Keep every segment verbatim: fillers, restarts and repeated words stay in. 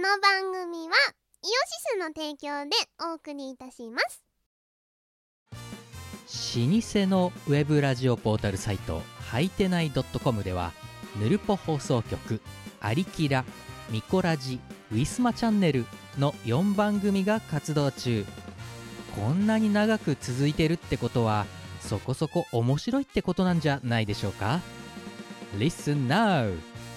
の番組はイオシスの提供でお送りいたします。 老舗のウェブラジオポータルサイトはいてない .com ではヌルポ放送局、アリキラ、ミコラジ、ウィスマチャンネルのよんばん組が活動中。こんなに長く続いてるってことはそこそこ面白いってことなんじゃないでしょうか。 Listen now。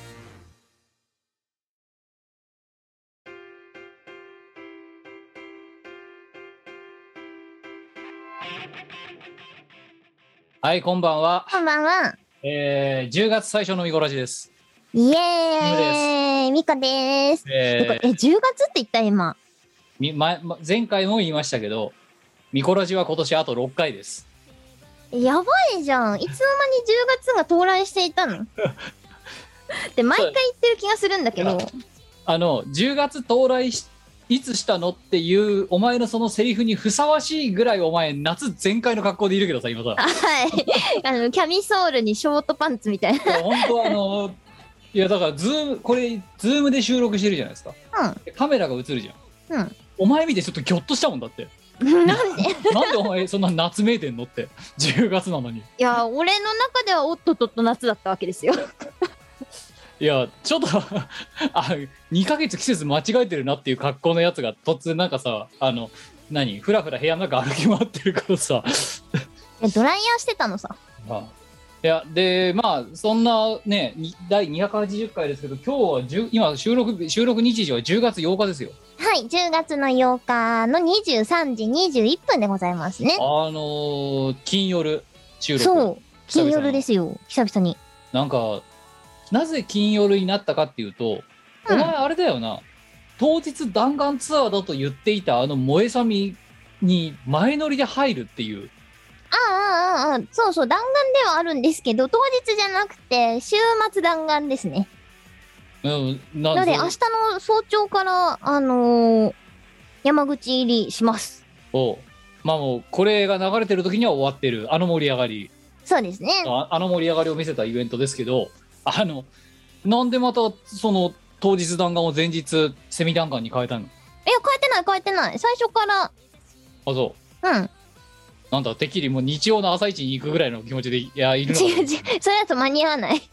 はい、こんばんは。 こんばんは。 えー、じゅうがつ最初のミコラジです。 イエーイ、ミコです。 えー、え、じゅうがつって言った今。 み、ま、前回も言いましたけど、ミコラジは今年あとろっかいです。 やばいじゃん。いつの間にじゅうがつが到来していたので、毎回言ってる気がするんだけど。 あの、じゅうがつ到来し、いつしたのっていうお前のそのセリフにふさわしいぐらいお前夏全開の格好でいるけどさ今さ。 はいあのキャミソールにショートパンツみたいな。 本当あのいやだからズームこれズームで収録してるじゃないですか、うん、カメラが映るじゃん、うん、お前見てちょっとギョッとしたもんだってなんでなんでお前そんな夏めいてんのってじゅうがつなのに。 いや俺の中ではおっとっとっと夏だったわけですよいやちょっとあにかげつ季節間違えてるなっていう格好のやつが突然なんかさあの何ふらふら部屋の中歩き回ってるからさドライヤーしてたのさ。 ああいやでまあそんなねだいにひゃくはちじゅっかいですけど今日は今収録収録日時はじゅうがつようかですよ。 はいじゅうがつのようかのにじゅうさんじにじゅういっぷんでございますね。 あのー、金夜収録。 そう金夜ですよ久々に。 なんかなぜ金夜になったかっていうと、うん、お前あれだよな当日弾丸ツアーだと言っていたあの萌えさみに前乗りで入るっていう。 ああああああそうそう弾丸ではあるんですけど当日じゃなくて週末弾丸ですね。うん、なので明日の早朝からあのー、山口入りします。 おまあもうこれが流れてる時には終わってるあの盛り上がり。 そうですねあ, あの盛り上がりを見せたイベントですけどあのなんでまたその当日弾丸を前日セミ弾丸に変えたの？いや変えてない変えてない最初から。あそううんなんだてっきりもう日曜の朝一に行くぐらいの気持ちでいやいるのか。 違う違うそれだと間に合わない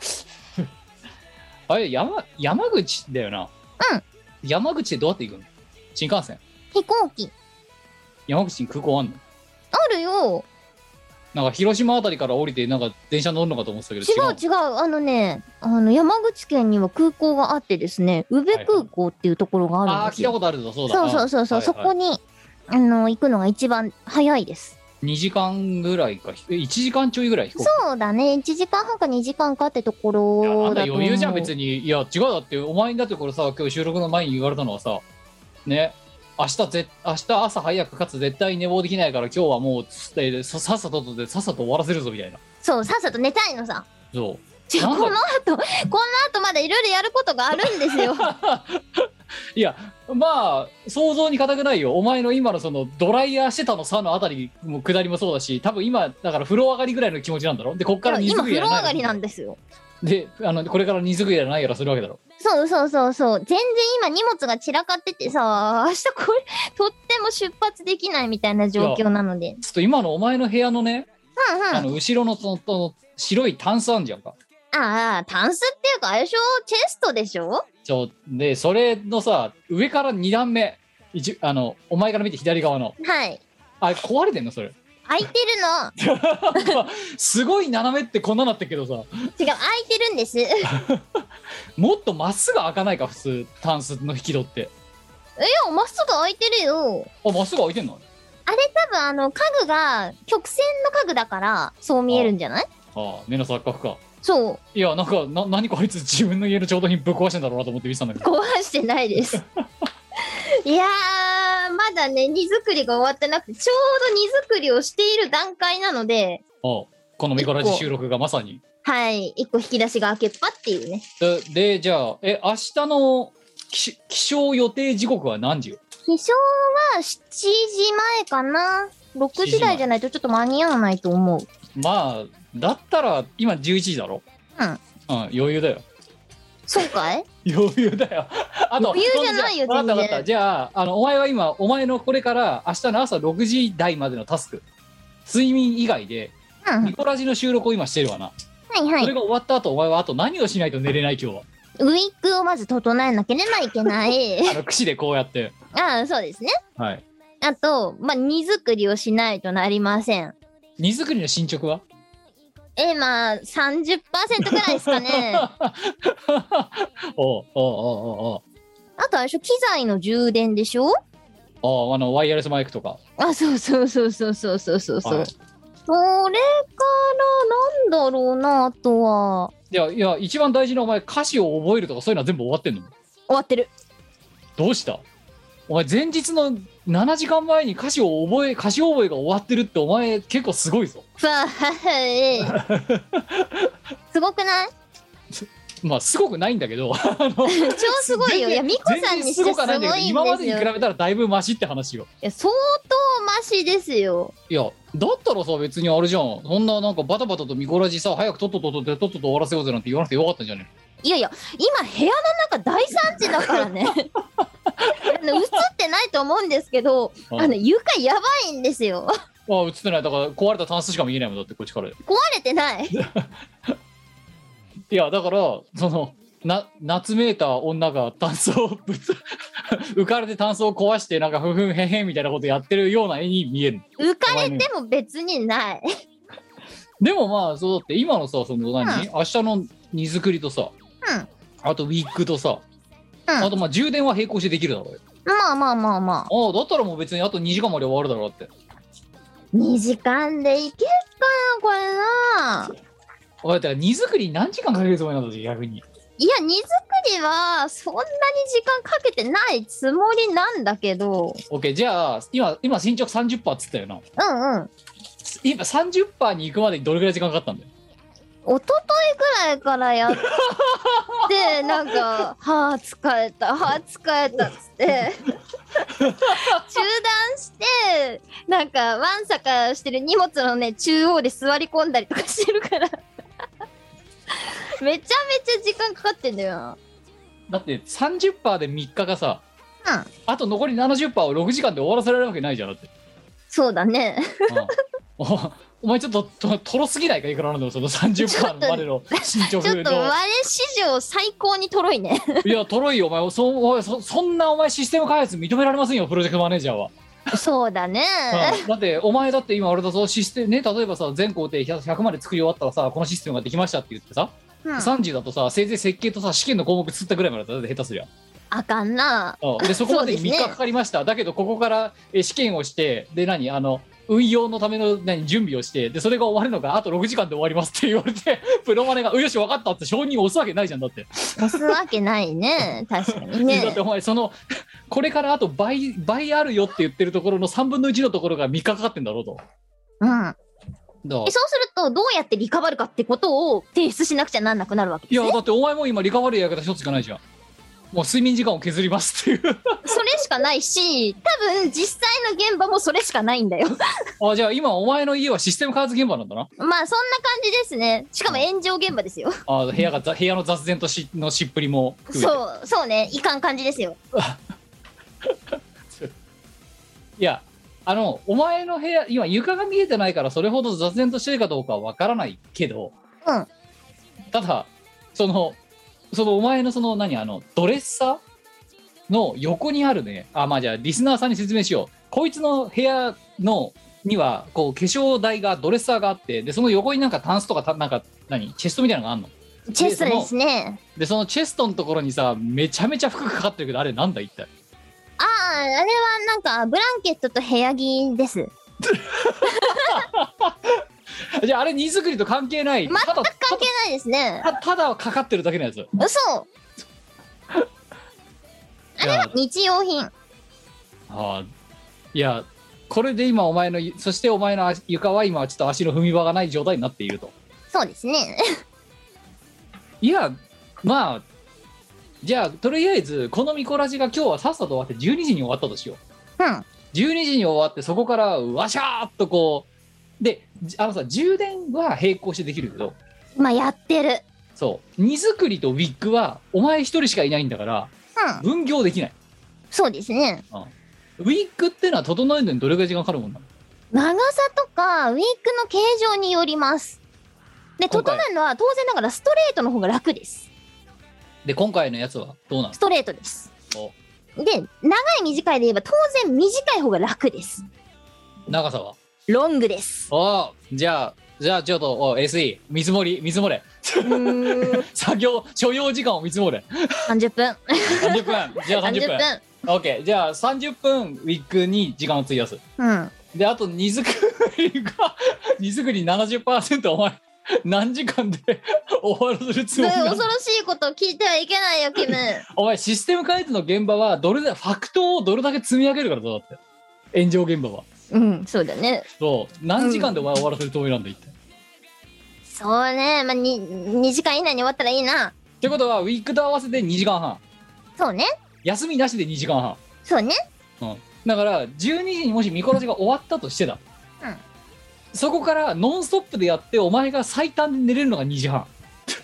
あれ 山, 山口だよな。 うん山口ってどうやって行くの？新幹線？ 飛行機。 山口に空港あんの？ あるよ。 なんか広島あたりから降りてなんか電車乗るのかと思ってたけど違う違うあのねあの山口県には空港があってですね宇部空港っていうところがあるんですよ。 はいはい、ああ聞いたことあるぞそうだ。 そうそうそうそう、はいはい、そこにあの行くのが一番早いです。 にじかんぐらいかいちじかんちょいぐらい飛行機。 そうだねいちじかんはんかにじかんかってところだと思う。 いやなんだ余裕じゃん別に。いや違うだってお前にだってこれさ今日収録の前に言われたのはさね明日ぜ明日朝早くかつ絶対寝坊できないから今日はもうささっさとでさっさと終わらせるぞみたいな。 そうさっさと寝たいのさ。 そうじゃこの後この後まだいろいろやることがあるんですよいやまあ想像に難くないよ。お前の今のそのドライヤーしてたのさのあたりも下りもそうだし多分今だから風呂上がりぐらいの気持ちなんだろ。でこっから水今風呂上がりなんですよ。 であのこれから水食いやらないやらするわけだろ。 そうそうそうそう全然今荷物が散らかっててさ明日これとっても出発できないみたいな状況なのでちょっと今のお前の部屋のね、 うんうん、 あの後ろのそのその白いタンスあんじゃんか。 ああタンスっていうかあれでしょチェストでしょ。 ちょでそれのさ上からに段目一あのお前から見て左側のはいあれ壊れてんのそれ。 開いてるのすごい斜めってこんななってっけどさ。 違う開いてるんですもっとまっすぐ開かないか普通タンスの引き戸って。いやまっすぐ開いてるよ。 あまっすぐ開いてんの？ あれ多分あの家具が曲線の家具だからそう見えるんじゃない？ ああ目の錯覚か。 そういやなんかな何かあいつ自分の家の調度品ぶっ壊してんだろうなと思って見てたんだけど。 壊してないですいやーまだね荷造りが終わってなくてちょうど荷造りをしている段階なのでああこのミコラジ収録がまさにはい一個引き出しが開けっぱっていうね。 で, でじゃあえ明日の起床予定時刻は何時よ？ 起床はしちじまえかな。ろくじ台じゃないとちょっと間に合わないと思う。 まあだったら今じゅういちじだろ。 うん、 うん、余裕だよ。 そうかい？ 余裕だよ。あと余裕じゃないよ分かった分かった。 全然。 じゃあ、あのお前は今お前のこれから明日の朝ろくじ台までのタスク、睡眠以外でうん。 ミコラジの収録を今してるわな。 はいはい。 それが終わった後、お前はあと何をしないと寝れない今日は。 ウィッグをまず整えなければいけない。 あの櫛でこうやって。 ああ、そうですね。 はい。 あと、まあ、荷造りをしないとなりません。 荷造りの進捗は？ え、まあ、さんじゅっパーセント くらいですかね。 おうおうおうおうあとあれでしょ、機材の充電でしょ？ おう。ああのワイヤレスマイクとか。 あ、そうそうそうそうそうそうそうそう。 はいそれからなんだろうな、あとは。 いやいや、一番大事なお前歌詞を覚えるとかそういうのは全部終わってんの？ 終わってる。 どうした？お前前日のななじかんまえに歌詞を覚え歌詞覚えが終わってるってお前結構すごいぞ。 さあ、はい。すごくない？ まあすごくないんだけどあの超すごいよ。いや、ミコさんにしてすごいんですよ。 今までに比べたらだいぶマシって話よ。 いや、相当マシですよ。 いやだったらさ、別にあれじゃん、そんななんかバタバタとミコラジさ早くとっとととってとっとと終わらせようぜなんて言わなくてよかったんじゃねいやいや、今部屋の中大惨事だからね。あの映ってないと思うんですけど、 ああの床やばいんですよ。 ああ映ってない。だから壊れたタンスしか見えないもんだってこっちから。い壊れてない。 やだからそのな夏めいた女がタンスをぶつ浮かれてタンスを壊してなんかふふんへへんみたいなことやってるような絵に見える。 浮かれても別にない。 でもまあそうだって今のさ、その何、 うん明日の荷造りとさ、 うんあとウィッグとさ、 うんあとまあ充電は並行してできるだろうよ。 まあまあまあまあ。 ああだったらもう別にあとにじかんまで終わるだろうって。 にじかんでいけっかな、これな。 お前だから荷造りに何時間かけるつもりなんだぞ逆に。 いや、荷造りはそんなに時間かけてないつもりなんだけど。 オッケー、じゃあ今今進捗 さんじゅっパーセント っつったよな。 うんうん。 今 さんじゅっパーセント に行くまでにどれぐらい時間かかったんだよ。 一昨日くらいからやってなんか「はあ疲れたはあ疲れた」っつって中断してなんかわんさかしてる荷物のね中央で座り込んだりとかしてるからめちゃめちゃ時間かかってんだよな。 だって さんじゅっパーセント でみっかがさ、 うんあと残り ななじゅっパーセント をろくじかんで終わらせられるわけないじゃんだって。 そうだね。 うんおお前ちょっとととろすぎないかいくらなんでもその さんじゅっパーセント までの進ちょ捗の。 っと我史上最高にとろいね。 いやとろいよお前。そおいそそんなお前システム開発認められませんよプロジェクトマネージャーは。 そうだね。 うんだってお前だって今俺だぞシステムね、例えばさ全工程ひゃくまで作り終わったらさこのシステムができましたって言ってさ、 うん、 さんじゅうだとさせいぜい設計とさ試験の項目つったぐらいまでだって下手すりゃ。 あかんな。 うんでそこまでにみっかかかりました、だけどここからえ試験をしてで何あの運用のための何準備をしてでそれが終わるのがあとろくじかんで終わりますって言われてプロマネが「よし分かった」って承認を押すわけないじゃんだって。 押すわけないね。確かにね。 だってお前そのこれからあと倍倍あるよって言ってるところのさんぶんのいちのところがみっかかかってんだろうと。 うん。 だからそうするとどうやってリカバるかってことを提出しなくちゃなんなくなるわけですね。 いやだってお前も今リカバリーやり方一つしかないじゃん。もう睡眠時間を削りますっていうそれしかないし、多分実際の現場もそれしかないんだよ。 あじゃあ今お前の家はシステム開発現場なんだな。 まあそんな感じですね。しかも炎上現場ですよ。 あ部屋が部屋の雑然としのしっぷりも含めて。 そうそうね、いかん感じですよ。 いやあのお前の部屋今床が見えてないからそれほど雑然としてるかどうかはわからないけど、 うん。 ただそのそのお前のその何あのドレッサーの横にあるね、あまあじゃあリスナーさんに説明しよう。こいつの部屋のにはこう化粧台がドレッサーがあってでその横になんかタンスとかたなんか何チェストみたいなのがあんの。 チェストですね。 でそのチェストのところにさめちゃめちゃ服かかってるけどあれなんだ一体。 ああ、あれはなんかブランケットと部屋着です。 じゃああれ荷造りと関係ない。 全く関係ないですね。 ただただかかってるだけのやつ。 嘘。あれは日用品。 ああいやこれで今お前のそしてお前の床は今ちょっと足の踏み場がない状態になっていると。 そうですね。 いやまあじゃあとりあえずこのミコラジが今日はさっさと終わってじゅうにじに終わったとしよう。 うん。 じゅうにじに終わってそこからわしゃーっとこうであのさ充電は並行してできるけどまあやってる。 そう荷造りとウィッグはお前一人しかいないんだからうん。 分業できない、 そうですね。 うん、ウィッグってのは整えるのにどれぐらい時間かかるもんなの？ 長さとか、ウィッグの形状によります。で、 今回整えるのは当然ながらストレートの方が楽です。 で今回のやつはどうなの？ ストレートです。 おで、長い短いで言えば当然短い方が楽です。 長さは？ ロングです。 おじゃあじゃあちょっとお エスイー 見積もり見積もれうーん。 作業所要時間を見積もれさんじゅっぷん。 さんじゅっぷんじゃあさんじゅっぷんさんじゅっ OK じゃあさんじゅっぷんウィッグに時間を費やす。 ぷん。うん。 であと荷造りが荷造り ななじゅっパーセント お前何時間で終わらせるつもりなの？ 恐ろしいことを聞いてはいけないよ、キム。 お前システム開発の現場はどれだファクトをどれだけ積み上げるからだって炎上現場はうん、そうだね。 そう何時間でお前終わらせるつもりなんだ一体、 そうね。まあ、に、にじかん以内に終わったらいいな。 ってことはウィッグと合わせてにじかんはんそうね。 休みなしでにじかんはそうね。 ん、うん、だからじゅうにじにもし見殺しが終わったとしてだ、 うん、 そこからノンストップでやってお前が最短で寝れるのがにじはん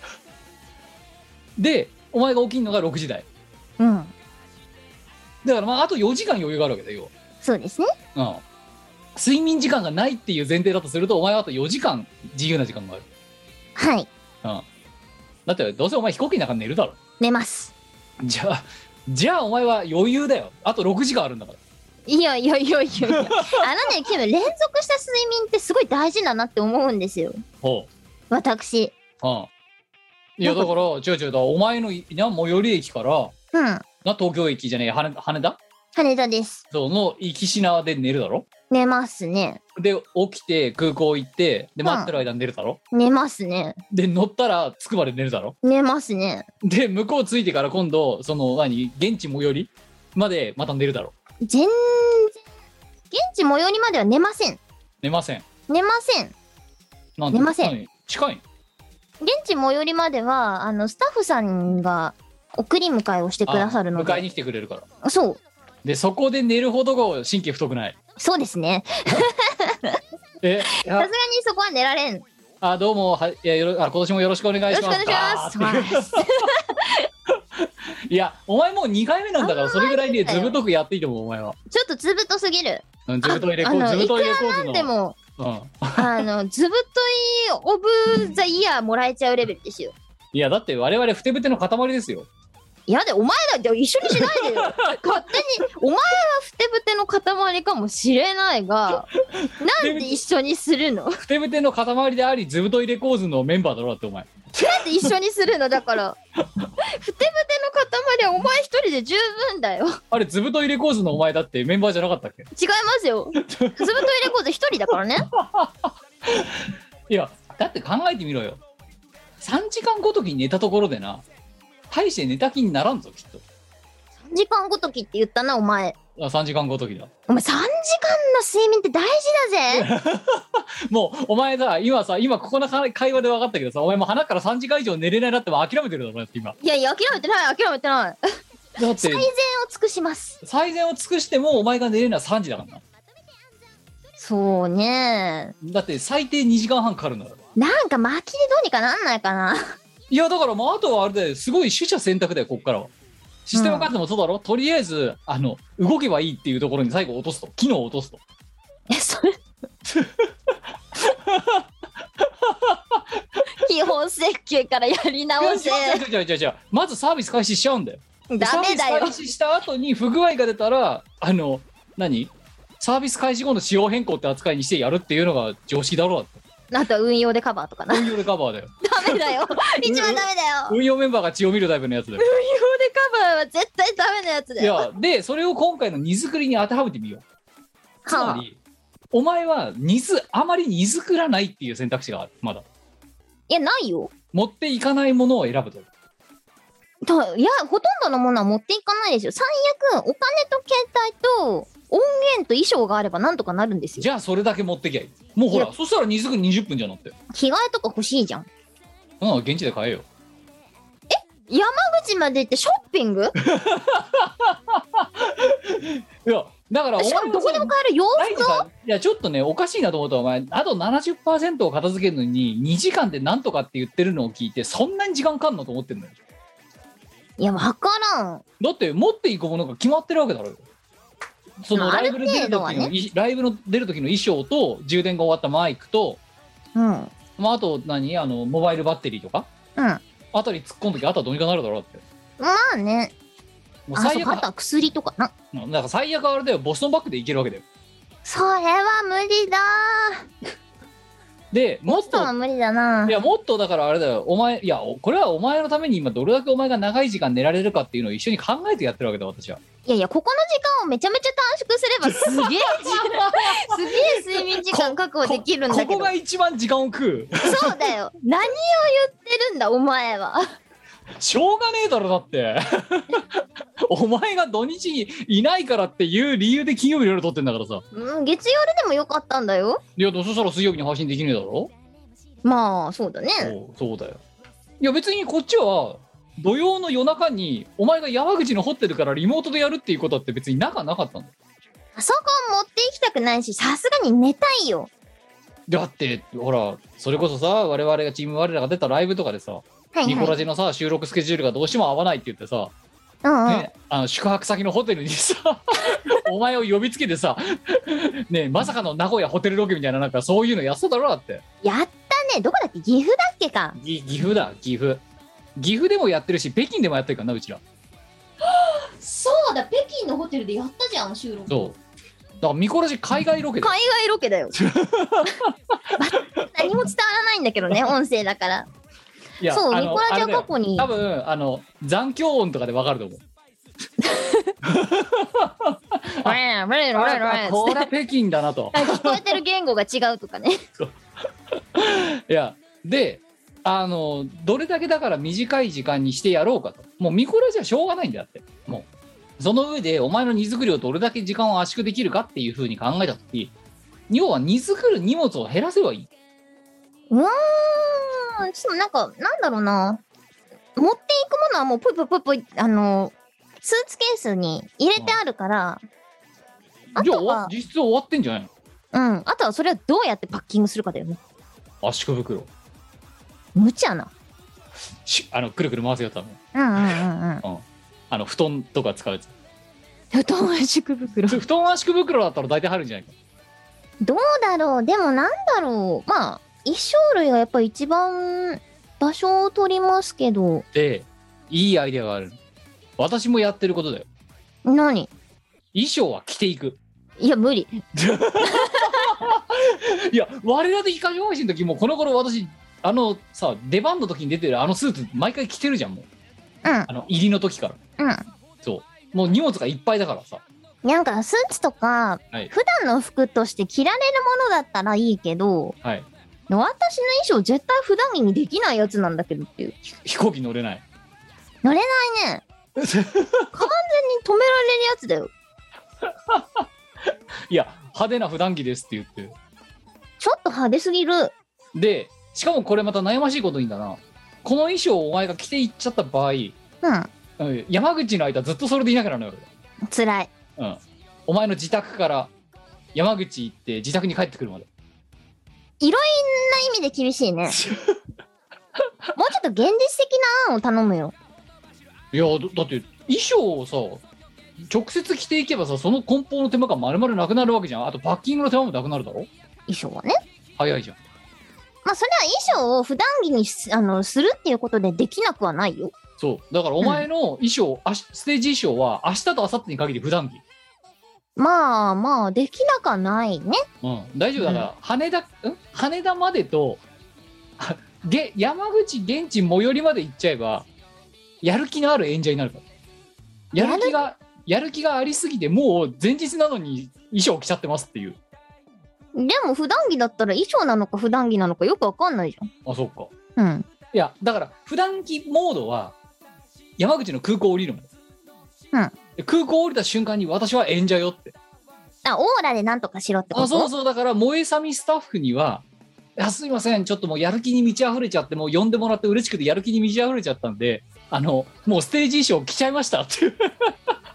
でお前が起きるのがろくじ台うん。 だからまああとよじかん余裕があるわけだよ、 そうですね。 うん、睡眠時間がないっていう前提だとするとお前はあとよじかん自由な時間がある、 はい。 うん、だってどうせお前飛行機の中で寝るだろ。 寝ます。 じゃあじゃあお前は余裕だよ。あとろくじかんあるんだから。 いやいやいやいやいや。あのね、キム、連続した睡眠ってすごい大事だなって思うんですよ。 ほ私。 う、うん、いやだから違う違うだお前のいな最寄り駅からうん。 な東京駅じゃねえ羽羽田羽田です。 そうの行きしなで寝るだろ。 寝ますね。 で起きて空港行ってでん待ってる間に寝るだろ、 寝ますね。 で乗ったら着くまで寝るだろ。 寝ますね。 で向こう着いてから今度その何現地最寄りまでまた寝るだろ。 全然、現地最寄りまでは寝ません。 寝ません。 寝ません。 なんで寝ません何近いの？ 現地最寄りまでは、あの、スタッフさんが送り迎えをしてくださるので。 あ迎えに来てくれるからそう。 でそこで寝るほどが神経太くない。 そうですね。 えさすがにそこは寝られん。 あどうもはいやよろあ今年もよろしくお願いします。 よろしくお願いしますあーっていやお前もうにかいめなんだからそれぐらいでずぶとくやっていいと思うお前は。 ちょっとずぶとすぎる。 うんずぶといレコーあのズずぶといレコーズのでも、 うん、 あの、ずぶといオブザイヤーもらえちゃうレベルですよ。 いやだって我々ふてぶての塊ですよ。 いやで、お前らって一緒にしないでよ。勝手に、お前はふてぶての塊かもしれないが、なんで一緒にするの？なんふてぶての塊でありずぶといレコーズのメンバーだろだってお前。 で一緒にするの？だから、ふてぶての塊はお前一人で十分だよ。 あれずぶといレコーズのお前だってメンバーじゃなかったっけ？ 違いますよ。ずぶといレコーズ一人だからね。 いやだって考えてみろよ。さんじかんごときに寝たところでな大して寝た気にならんぞきっと。 さんじかんごときって言ったな、お前。 あさんじかんごときだ。 お前さんじかんの睡眠って大事だぜ。 もうお前さ今さ今ここの会話で分かったけどさお前もう鼻からさんじかん以上寝れないなっても諦めてるだろだって今。 いやいや諦めてない諦めてない。 だって最善を尽くします。 最善を尽くしてもお前が寝れるのはさんじだからな。 そうね。 だって最低にじかんはんかかるんだから。 なんか巻きでどうにかなんないかな。 いやだからもうあとはあれですごい取捨選択だよこっからは。システム開発もそうだろ、うん、とりあえずあの動けばいいっていうところに最後落とすと機能を落とすと。 えそれ基本設計からやり直せ。 違う違う違う違うまずサービス開始しちゃうんだよ。 ダメだよ。 サービス開始した後に不具合が出たらあの何サービス開始後の仕様変更って扱いにしてやるっていうのが常識だろうだって。 あとは運用でカバーとかな。 運用でカバーだよ。 ダメだよ。一番ダメだよ。 運用メンバーが血を見るタイプのやつだよ。 運用でカバーは絶対ダメなやつだよ。 いやでそれを今回の荷造りに当てはめてみよう。つまり、はあ、お前は荷ずあまり荷造らないっていう選択肢があるまだ。 いやないよ。 持っていかないものを選ぶと。 といやほとんどのものは持っていかないですよ。最悪お金と携帯と音源と衣装があればなんとかなるんですよ。 じゃあそれだけ持ってきゃいい。もうほらそしたら荷造りにじゅっぷんじゃなって。 着替えとか欲しいじゃん。 うん現地で買えよ。 え山口まで行ってショッピング？ いやだからお前しかもどこでも買える洋服を。 いやちょっとねおかしいなと思ったらお前あと ななじゅっパーセント を片付けるのににじかんでなんとかって言ってるのを聞いてそんなに時間かかんのと思ってんのよ。 いや分からん。 だって持っていくものが決まってるわけだろ。そのライブで出る時の、ね、ライブの出る時の衣装と充電が終わったマイクと、 うん、 まあ、あと何あのモバイルバッテリーとか、 うん、 あたり突っ込んだ時あとはどうにかなるだろうって。 まあね。 もう最悪あとは薬とかな。 なんか最悪あれだよボストンバッグでいけるわけだよ。 それは無理だでもっとボストンは無理だな。 いやもっとだからあれだよお前いやこれはお前のために今どれだけお前が長い時間寝られるかっていうのを一緒に考えてやってるわけだ私は。 いやいやここの時間をめちゃめちゃ短縮すればすげえすげえ睡眠時間確保できるんだけどこ, ここが一番時間を食う。 そうだよ何を言ってるんだお前は。 しょうがねえだろだってお前が土日にいないからっていう理由で金曜日の夜撮ってんだからさ、 うん、月曜日でもよかったんだよ。 いやそしたら水曜日に配信できねえだろ。 まあそうだね。 そうそうだよ。いや別にこっちは土曜の夜中にお前が山口のホテルからリモートでやるっていうことって別に仲なかったんだよ。 パソコン持っていきたくないしさすがに寝たいよ。 だってほらそれこそさ我々がチーム我らが出たライブとかでさはいはい、 ニコラジのさ収録スケジュールがどうしても合わないって言ってさ、 うんうんね、あの宿泊先のホテルにさお前を呼びつけてさねまさかの名古屋ホテルロケみたいななんかそういうのやってただろだって。 やったね。どこだっけ岐阜だっけか。 ぎ岐阜だ岐阜岐阜でもやってるし北京でもやってるからなうちら。 そうだ北京のホテルでやったじゃん収録。 そうだからミコラジ海外ロケだよ。 海外ロケだよ何も伝わらないんだけどね音声だから。 いやそう、 あミコラジは過去に多分あの残響音とかでわかると思うこれこれこれここれ北京だなとれ聞こえてる言語が違うとかねいやであのどれだけだから短い時間にしてやろうかと。もうミコラジはしょうがないんだよってもうその上でお前の荷造りをどれだけ時間を圧縮できるかっていうふうに考えた時要は荷造る荷物を減らせばいい。 うーんちょっとなんかなんだろうな持っていくものはもうポイポイポイポイあのスーツケースに入れてあるから、うん、あとは実質終わってんじゃないの。 うんあとはそれはどうやってパッキングするかだよね。 圧縮袋無茶なしあのくるくる回すやつだね。 うんうんうんうん、 うん、あの布団とか使うやつ。 布団圧縮袋布団圧縮袋だったら大体入るんじゃないか。 どうだろうでもなんだろうまあ衣装類がやっぱ一番場所を取りますけど。 でいいアイデアがある。私もやってることだよ。 何？ 衣装は着ていく。 いや無理いや我ら的歌唱配信の時もこの頃私あのさ出番の時に出てるあのスーツ毎回着てるじゃんもう、 うん、 あの入りの時からうんそうもう荷物がいっぱいだからさなんかスーツとか、はい、普段の服として着られるものだったらいいけど、 はい、 私の衣装絶対普段着にできないやつなんだけどっていう飛行機乗れない乗れないね完全に止められるやつだよいや派手な普段着ですって言ってちょっと派手すぎる。 でしかもこれまた悩ましいことにだなこの衣装をお前が着ていっちゃった場合、うん、山口の間ずっとそれでいなきゃならないわけだ。 つらい、 うん、お前の自宅から山口行って自宅に帰ってくるまでいろんな意味で厳しいねもうちょっと現実的な案を頼むよ。 いや だ, だって衣装をさ直接着ていけばさその梱包の手間が丸々なくなるわけじゃん。あとパッキングの手間もなくなるだろ衣装はね。 早いじゃん。 まあそれは衣装を普段着にあのするっていうことでできなくはないよ。 そうだからお前の衣装、うん、ステージ衣装は明日と明後日にかけて普段着。 まあまあできなかないね。 うん大丈夫だから、うん、羽田ん羽田までとげ山口現地最寄りまで行っちゃえばやる気のある演者になるから。やる気がやる気がありすぎてもう前日なのに衣装着ちゃってますっていう。 でも普段着だったら衣装なのか普段着なのかよくわかんないじゃん。 あそっか。 うんいやだから普段着モードは山口の空港降りるもん。 うん空港降りた瞬間に私は演者よって。 あオーラでなんとかしろってこと。 あそうそうだから萌えさみスタッフにはいやすいませんちょっともうやる気に満ち溢れちゃってもう呼んでもらって嬉しくてやる気に満ち溢れちゃったんであのもうステージ衣装着ちゃいましたっていう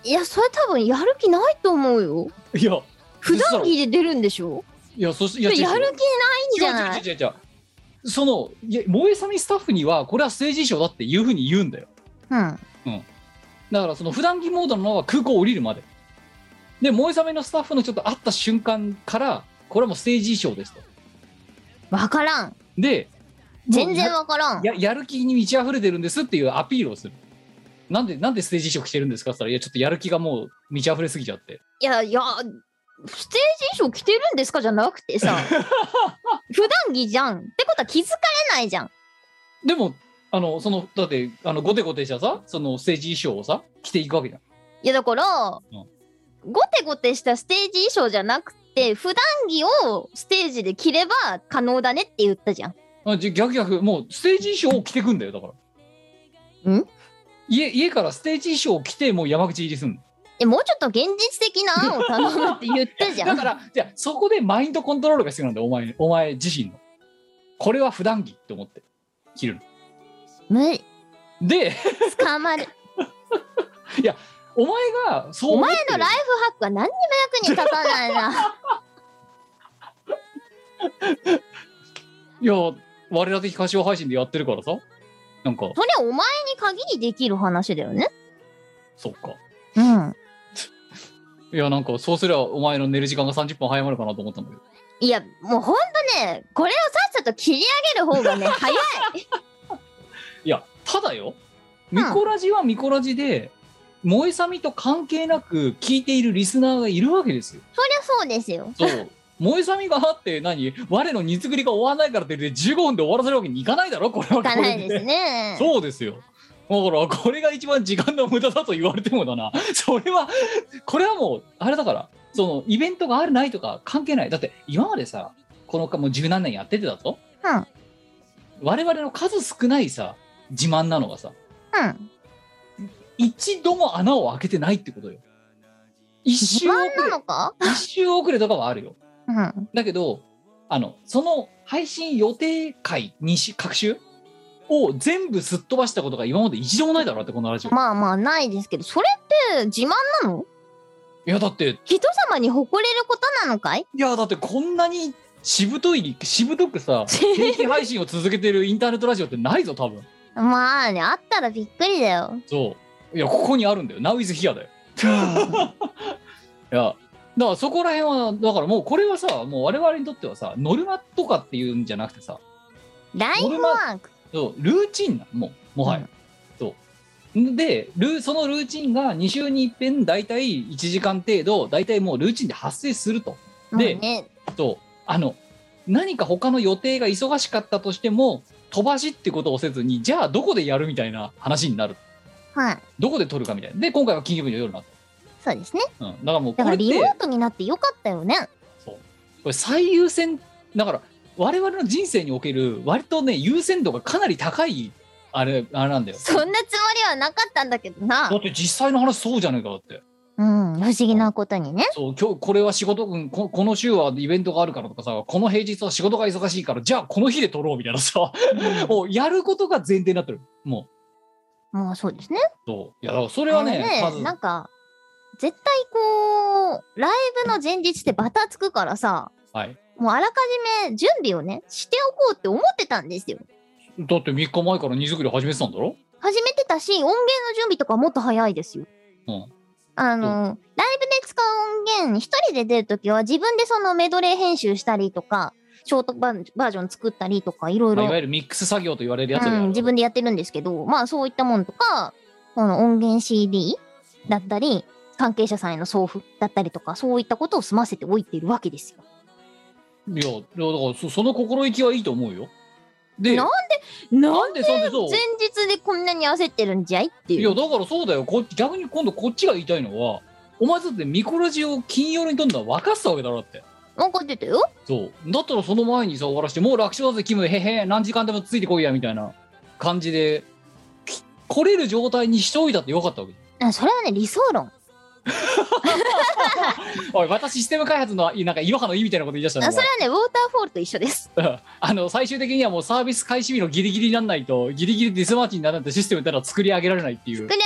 いやそれ多分やる気ないと思うよ。 いや普段着で出るんでしょ。 いやそしいややる気ないんじゃない。 違う違う違う違うそのいや萌えさみスタッフにはこれはステージ衣装だっていうふうに言うんだよ。 うんうんだからその普段着モードのまま空港降りるまでで萌えさみのスタッフの人と会った瞬間からこれはもうステージ衣装ですと。 わからん。 で全然わからん。 や, やる気に満ち溢れてるんですっていうアピールをする。なんでなんでステージ衣装着てるんですかって言ったら、いやちょっとやる気がもう満ち溢れすぎちゃって。 いやいやステージ衣装着てるんですかじゃなくてさ普段着じゃんってことは気づかれないじゃん。 でもあのそのだってあのゴテゴテしたさそのステージ衣装をさ着ていくわけじゃん。 いやだから、うん、ゴテゴテしたステージ衣装じゃなくて普段着をステージで着れば可能だねって言ったじゃん。 あじゃ逆逆もうステージ衣装を着てくんだよだから。 ん家家からステージ衣装を着てもう山口入りすんの。 えもうちょっと現実的な案を頼むって言ったじゃん。 だからじゃあそこでマインドコントロールが必要なんだよお前お前自身の。これは普段着って思って着るの。 無理で捕まる。 いやお前がそうお前のライフハックは何にも役に立たないな。 いや我ら的歌唱配信でやってるからさなんかそれお前に限りできる話だよね。 そっかうんいやなんかそうすればお前の寝る時間がさんじゅっぷん早まるかなと思ったんだけど。 いやもうほんとねこれをさっさと切り上げる方がね早い。 いやただよミコラジはミコラジで、うん、萌えさみと関係なく聞いているリスナーがいるわけですよ。 そりゃそうですよ。 そう萌えさみがあって何我の荷造りが終わらないからってじゅうごふんで終わらせるわけにいかないだろこれはこれで。 いかないですね。 そうですよ。だからこれが一番時間の無駄だと言われてもだなそれはこれはもうあれだからそのイベントがあるないとか関係ない。だって今までさこのもう十何年やっててだと、 うん、我 々の数少ないさ自慢なのがさ、 うん、 一度も穴を開けてないってことよ。一周遅れ自慢なのか一周遅れとかはあるよ、 うん、 だけどあのその配信予定回にし各週を全部すっ飛ばしたことが今まで一度もないだろうってこのラジオ。 まあまあないですけどそれって自慢なの？ いやだって人様に誇れることなのかい？ いやだってこんなにしぶといしぶとくさ定期配信を続けてるインターネットラジオってないぞ多分。 まあねあったらびっくりだよ。 そういやここにあるんだよ Now is here だよ、うん、いやだからそこら辺はだからもうこれはさもう我々にとってはさノルマとかっていうんじゃなくてさライフワークそうルーチンなもうもはや、うん、そうでルそのルーチンがに週に一遍だいたいいちじかん程度だいたいもうルーチンで発生すると。で、ね、そうあの何か他の予定が忙しかったとしても飛ばしってことをせずにじゃあどこでやるみたいな話になる。 はい。 どこで撮るかみたいな。で今回は金曜日の夜になった。 そうですね。 うん。だからもうこれってだからリモートになってよかったよね。 そう。これ最優先だから我々の人生における割とね優先度がかなり高いあれあれなんだよ。 そんなつもりはなかったんだけどな。 だって実際の話そうじゃねえかだって。 うん、不思議なことにね。 そう今日これは仕事、うん、こ, この週はイベントがあるからとかさこの平日は仕事が忙しいからじゃあこの日で撮ろうみたいなさ、うん、もうやることが前提になってるもう。まあそうですね。 そういやだからそれはねね数なんか絶対こうライブの前日ってバタつくからさ、 はい、 もうあらかじめ準備をねしておこうって思ってたんですよ。 だってみっかまえから荷造り始めてたんだろ。 始めてたし音源の準備とかもっと早いですよ。うんあの、うん、ライブで使う音源一人で出るときは自分でそのメドレー編集したりとかショートバージョン作ったりとかいろいろ、 いわゆるミックス作業と言われるやつで、 うん、自分でやってるんですけどまあそういったものとかこの音源 シーディー だったり関係者さんへの送付だったりとかそういったことを済ませておいているわけですよ。 いやだからそ, その心意気はいいと思うよ。でなんでなんで前日でこんなに焦ってるんじゃいっていう。 いやだからそうだよこ逆に今度こっちが言いたいのはお前だってミコラジを金曜に飛んだら分かってたわけだろって分かってたよ。 そうだったらその前にさ終わらしてもう楽勝だぜキムへへ何時間でもついてこいやみたいな感じで来れる状態にしといたってよかったわけ。 あそれはね理想論おいまたシステム開発のなんか岩葉のいいみたいなこと言い出したの。 それはねウォーターフォールと一緒ですあの最終的にはもうサービス開始日のギリギリにならないとギリギリディスマーチにならないとシステムってのは作り上げられないっていう。 作り上げられ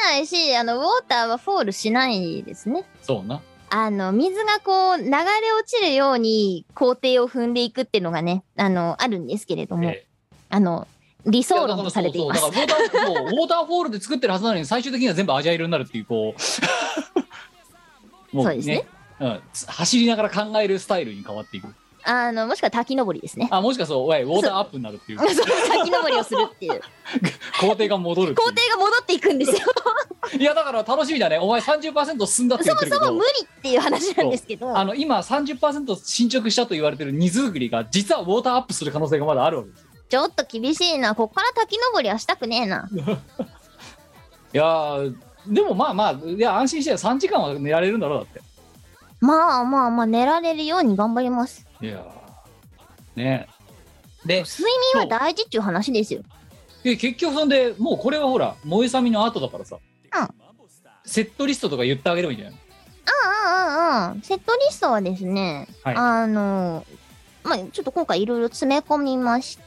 ないし、あのウォーターはフォールしないですね。 そうな。 あの水がこう流れ落ちるように工程を踏んでいくっていうのがね、あのあるんですけれども、ええ、あの理想論とされています。 だからウォーター、ウォーターフォールで作ってるはずなのに最終的には全部アジャイルになるっていうこうもう、ね、そうですね、うん、走りながら考えるスタイルに変わっていく。 あのもしくは滝登りですね。 あ、もしかそう、ウォーターアップになるっていう。 そう滝登りをするっていう工程が戻る工程が戻っていくんですよいやだから楽しみだね。お前 さんじゅっパーセント 進んだって言ってるけど、 そもそも無理っていう話なんですけど、 あの今 さんじゅっパーセント 進捗したと言われてる荷造りが実はウォーターアップする可能性がまだあるわけです。 ちょっと厳しいな。こっから滝登りはしたくねえないやーでもまあまあ、いや安心してさんじかんは寝られるんだろう。だってまあまあまあ寝られるように頑張ります。 いやねで睡眠は大事っていう話ですよ。 で結局そんでもうこれはほら萌えさみの後だからさ、うん、セットリストとか言ってあげればいいんじゃない？ ああああああセットリストはですね、はい、あのまあちょっと今回いろいろ詰め込みまして、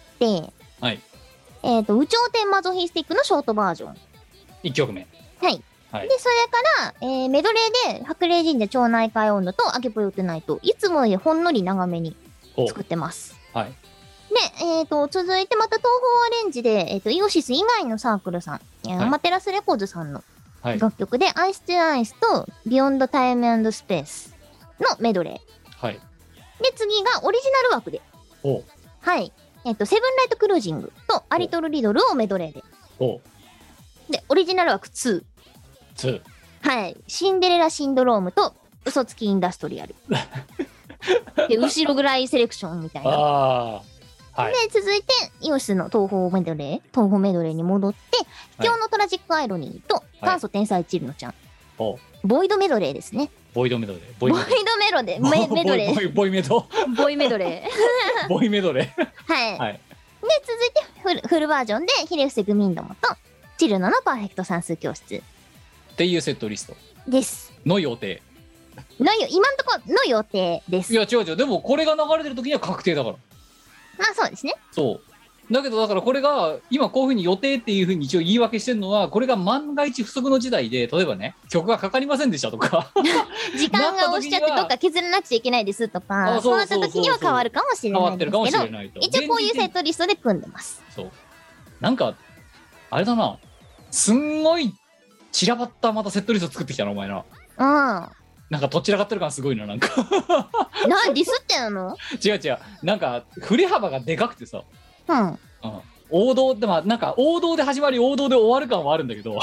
はい、えっ、ー、と有頂天マゾヒスティックのショートバージョンいっきょくめ、 はい、はい、でそれから、えー、メドレーで白麗神社町内会温度とアゲポヨテナイトいつもよりほんのり長めに作ってます。はい。で、えっ、ー、と、続いてまた東方アレンジで、えっ、ー、と、イオシス以外のサークルさん、はい、アマテラスレコーズさんの楽曲で、はい、アイストゥアイスとビヨンドタイム&スペースのメドレー。はい。で、次がオリジナル枠で。おはい。えっ、ー、と、セブンライトクルージングとアリトルリドルをメドレーで。おで、オリジナル枠ツー。ツー。はい。シンデレラシンドロームと嘘つきインダストリアル。で、後ろぐらいセレクションみたいな。ああ。はい、で続いてイオシスの東宝メドレー東宝メドレーに戻って秘境のトラジックアイロニーと元祖天才チルノちゃん、はい、ボイドメドレーですね。 ボイドメドレーボイドメロでメメドレーボイメドボイメドレーボイメドレーはい、はい、で続いてフル、フルバージョンでヒレフセグミンドモとチルノのパーフェクト算数教室っていうセットリストですの予定のよ今んとこの予定です。 いや違う違うでもこれが流れてる時には確定だから。 まあそうですね。 そうだけどだからこれが今こういうふうに予定っていうふうに一応言い訳してるのはこれが万が一不測の事態で例えばね曲がかかりませんでしたとか時間が押しちゃってどっか削らなくちゃいけないですとかそうなった時には変わるかもしれないんですけど一応こういうセットリストで組んでます。 そうなんかあれだなすんごい散らばったまたセットリスト作ってきたなお前な。うんなんかどちらかってる感すごいななんかなディスってんの違う違うなんか振れ幅がでかくてさ、うん、うん、王道でまあなんか王道で始まり王道で終わる感はあるんだけど、うん、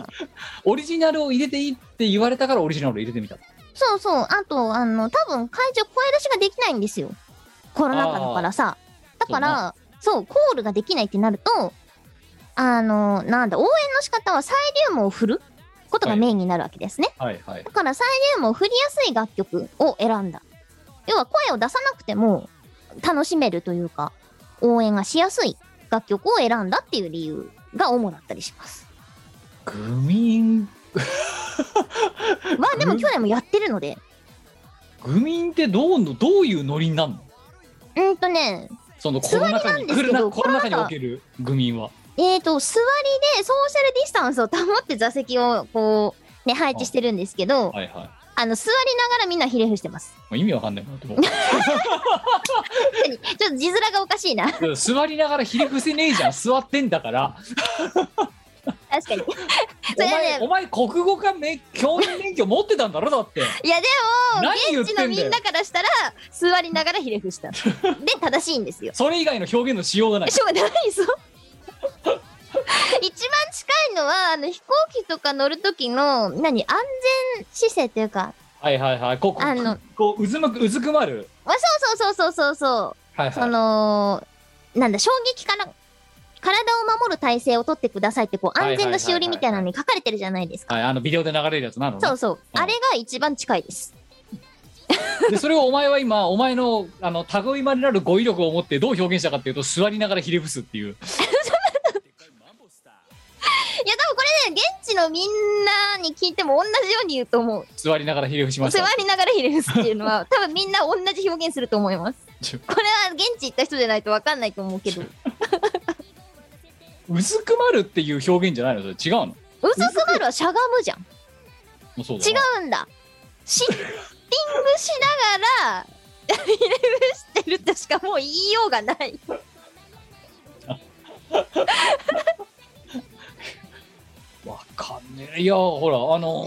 オリジナルを入れていいって言われたからオリジナルを入れてみた。 そうそうあとあの多分会場声出しができないんですよコロナ禍だからさ。だからそう、そうコールができないってなるとあのなんだ応援の仕方はサイリウムを振ることがメインになるわけですね、はいはいはい、だからサイリウムを振りやすい楽曲を選んだ。要は声を出さなくても楽しめるというか応援がしやすい楽曲を選んだっていう理由が主だったりします。 グミンまあでも去年もやってるのでグミンってどうのどういうノリになるの？ うんとねそのコロナ禍に来るなコロナ禍におけるグミンはえーと座りでソーシャルディスタンスを保って座席をこうね配置してるんですけど、はいはい、あの座りながらみんなひれ伏してます。 意味わかんないなちょっと字面がおかしいな座りながらひれ伏せねえじゃん座ってんだから確かにお前、ね、お前国語科め教員免許持ってたんだろだって。 いやでも現地のみんなからしたら座りながらひれ伏したで正しいんですよ。 それ以外の表現のしようがない。 しょうがないぞ一番近いのはあの飛行機とか乗る時の何安全姿勢っていうかはいはいはいこうあのこううずまくうずくまるあそうそうそうそうそうそう、はいはい、そのなんだ衝撃から体を守る体勢を取ってくださいってこう安全のしおりみたいなのに書かれてるじゃないですか。 はい、あのビデオで流れるやつなのね。 そうそう、うん、あれが一番近いですでそれをお前は今お前のあの類まれなる語彙力を持ってどう表現したかっていうと座りながらひれ伏すっていういや多分これね現地のみんなに聞いても同じように言うと思う。 座りながらひれ伏しました。 座りながらひれ伏すっていうのは多分みんな同じ表現すると思います。これは現地行った人じゃないと分かんないと思うけどうずくまるっていう表現じゃないの？それ違うの？ 薄くなるはしゃがむじゃん。 もうそうだな。 違うんだ。シッティングしながらひれ伏してるってしかもう言いようがない。 わかんねえ。いやほらあの、 うん、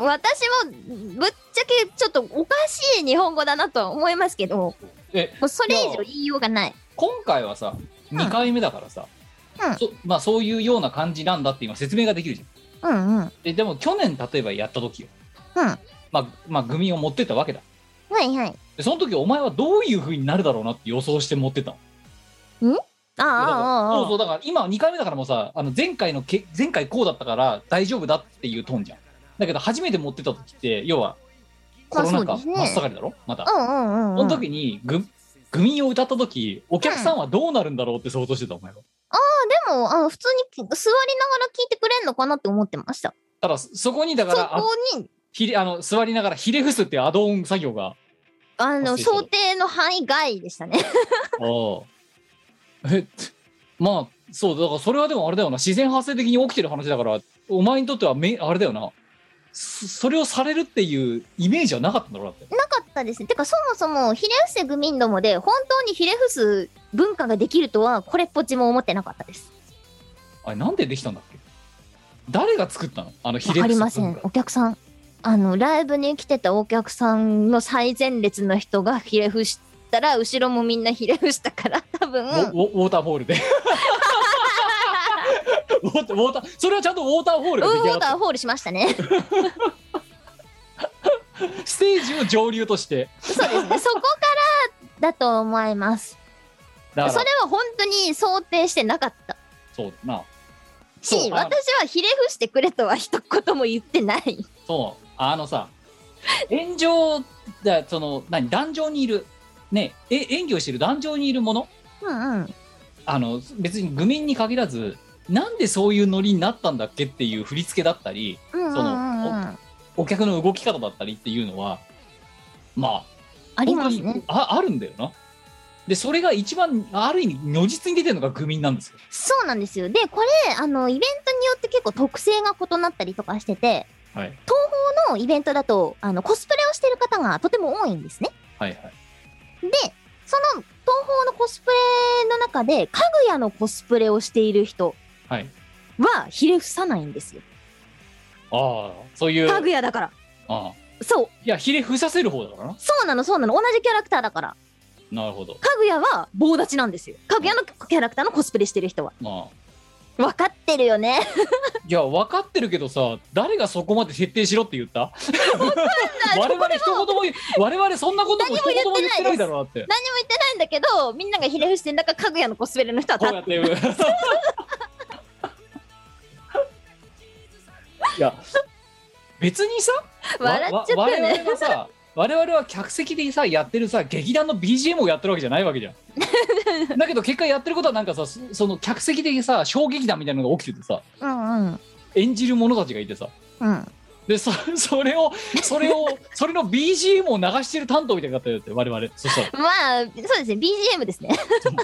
私もぶっちゃけちょっとおかしい日本語だなとは思いますけど、 えもうそれ以上言いようがない。 今回はさにかいめだからさ、 うんそまあそういうような感じなんだって今説明ができるじゃん。 うんうんえでも去年例えばやった時よ、 うん。 まあまあグミを持ってったわけだ。 はいはい。 でその時お前はどういう風になるだろうなって予想して持ってったの。 ああああああ。 そうそうだから今はにかいめだからもうさ、あの前回のけ前回こうだったから大丈夫だっていうトーンじゃん。だけど初めて持ってった時って要はコロナ禍真っ盛りだろまだ。 うんうんうんうん。 その時にググミを歌った時お客さんはどうなるんだろうって想像してたお前は。 でもあの普通に座りながら聞いてくれんのかなって思ってました。 ただそこにだからそこにひれあの座りながらひれ伏すっていうアドオン作業があの発生した想定の範囲外でしたね。 ああえまあそうだからそれはでもあれだよな、自然発生的に起きてる話だからお前にとってはめあれだよな、そそれをされるっていうイメージはなかったんだろうだって。 なかったですね。てかそもそもひれ伏せグミンどもで本当にひれ伏す文化ができるとはこれっぽっちも思ってなかったです。 あれなんでできたんだっけ。誰が作ったのあのひれ伏すわかりません。お客さんあのライブに来てたお客さんの最前列の人がひれ伏したら後ろもみんなひれ伏したから多分ウォウォウォーターホールでウォーターウォーターそれはちゃんとウォーターホールが出来ウォー上がったターホールしましたね。 ステージを上流としてそうですね。そこからだと思います。 だからそれは本当に想定してなかったそうなし、 そうあの私はひれ伏してくれとは一言も言ってない。 そうあのさ炎上だその何壇上にいるねえ演技をしている壇上にいるもの、 うんうん。 あの別に愚民に限らずなんでそういうノリになったんだっけっていう振り付けだったり、 うんうんうんうん、 そのお客の動き方だったりっていうのはまあありますね本当に。あ, あるんだよな。でそれが一番ある意味如実に出てるのが愚民なんですよ。 そうなんですよ。でこれあのイベントによって結構特性が異なったりとかしてて、 はい、 東宝のイベントだとあのコスプレをしてる方がとても多いんですね。 はいはい。 でその東宝のコスプレの中でかぐやのコスプレをしている人はいはひれ伏さないんですよ。 ああそういうかぐやだから。 ああそういやひれ伏させる方だからな。 そうなのそうなの同じキャラクターだから。 なるほど。 かぐやは棒立ちなんですよ。かぐやのキャラクターのコスプレしてる人は。 まあ分かってるよね。 いや分かってるけどさ誰がそこまで徹底しろって言った我々一言も我々そんなことも一言も言ってないだろうだって何も言ってないんだけどみんながひれ伏してんだからかぐやのコスプレの人はこうやっていや別にさ笑っちゃったよね。 我々はさ我々は客席でさやってるさ劇団の ビージーエム をやってるわけじゃないわけじゃんだけど結果やってることはなんかさその客席でさ小劇団みたいなのが起きててさうんうん演じる者たちがいてさうんで そ, それをそれをそれの ビージーエム を流してる担当みたいになったよって我々そしたらまあそうですね ビージーエム ですね。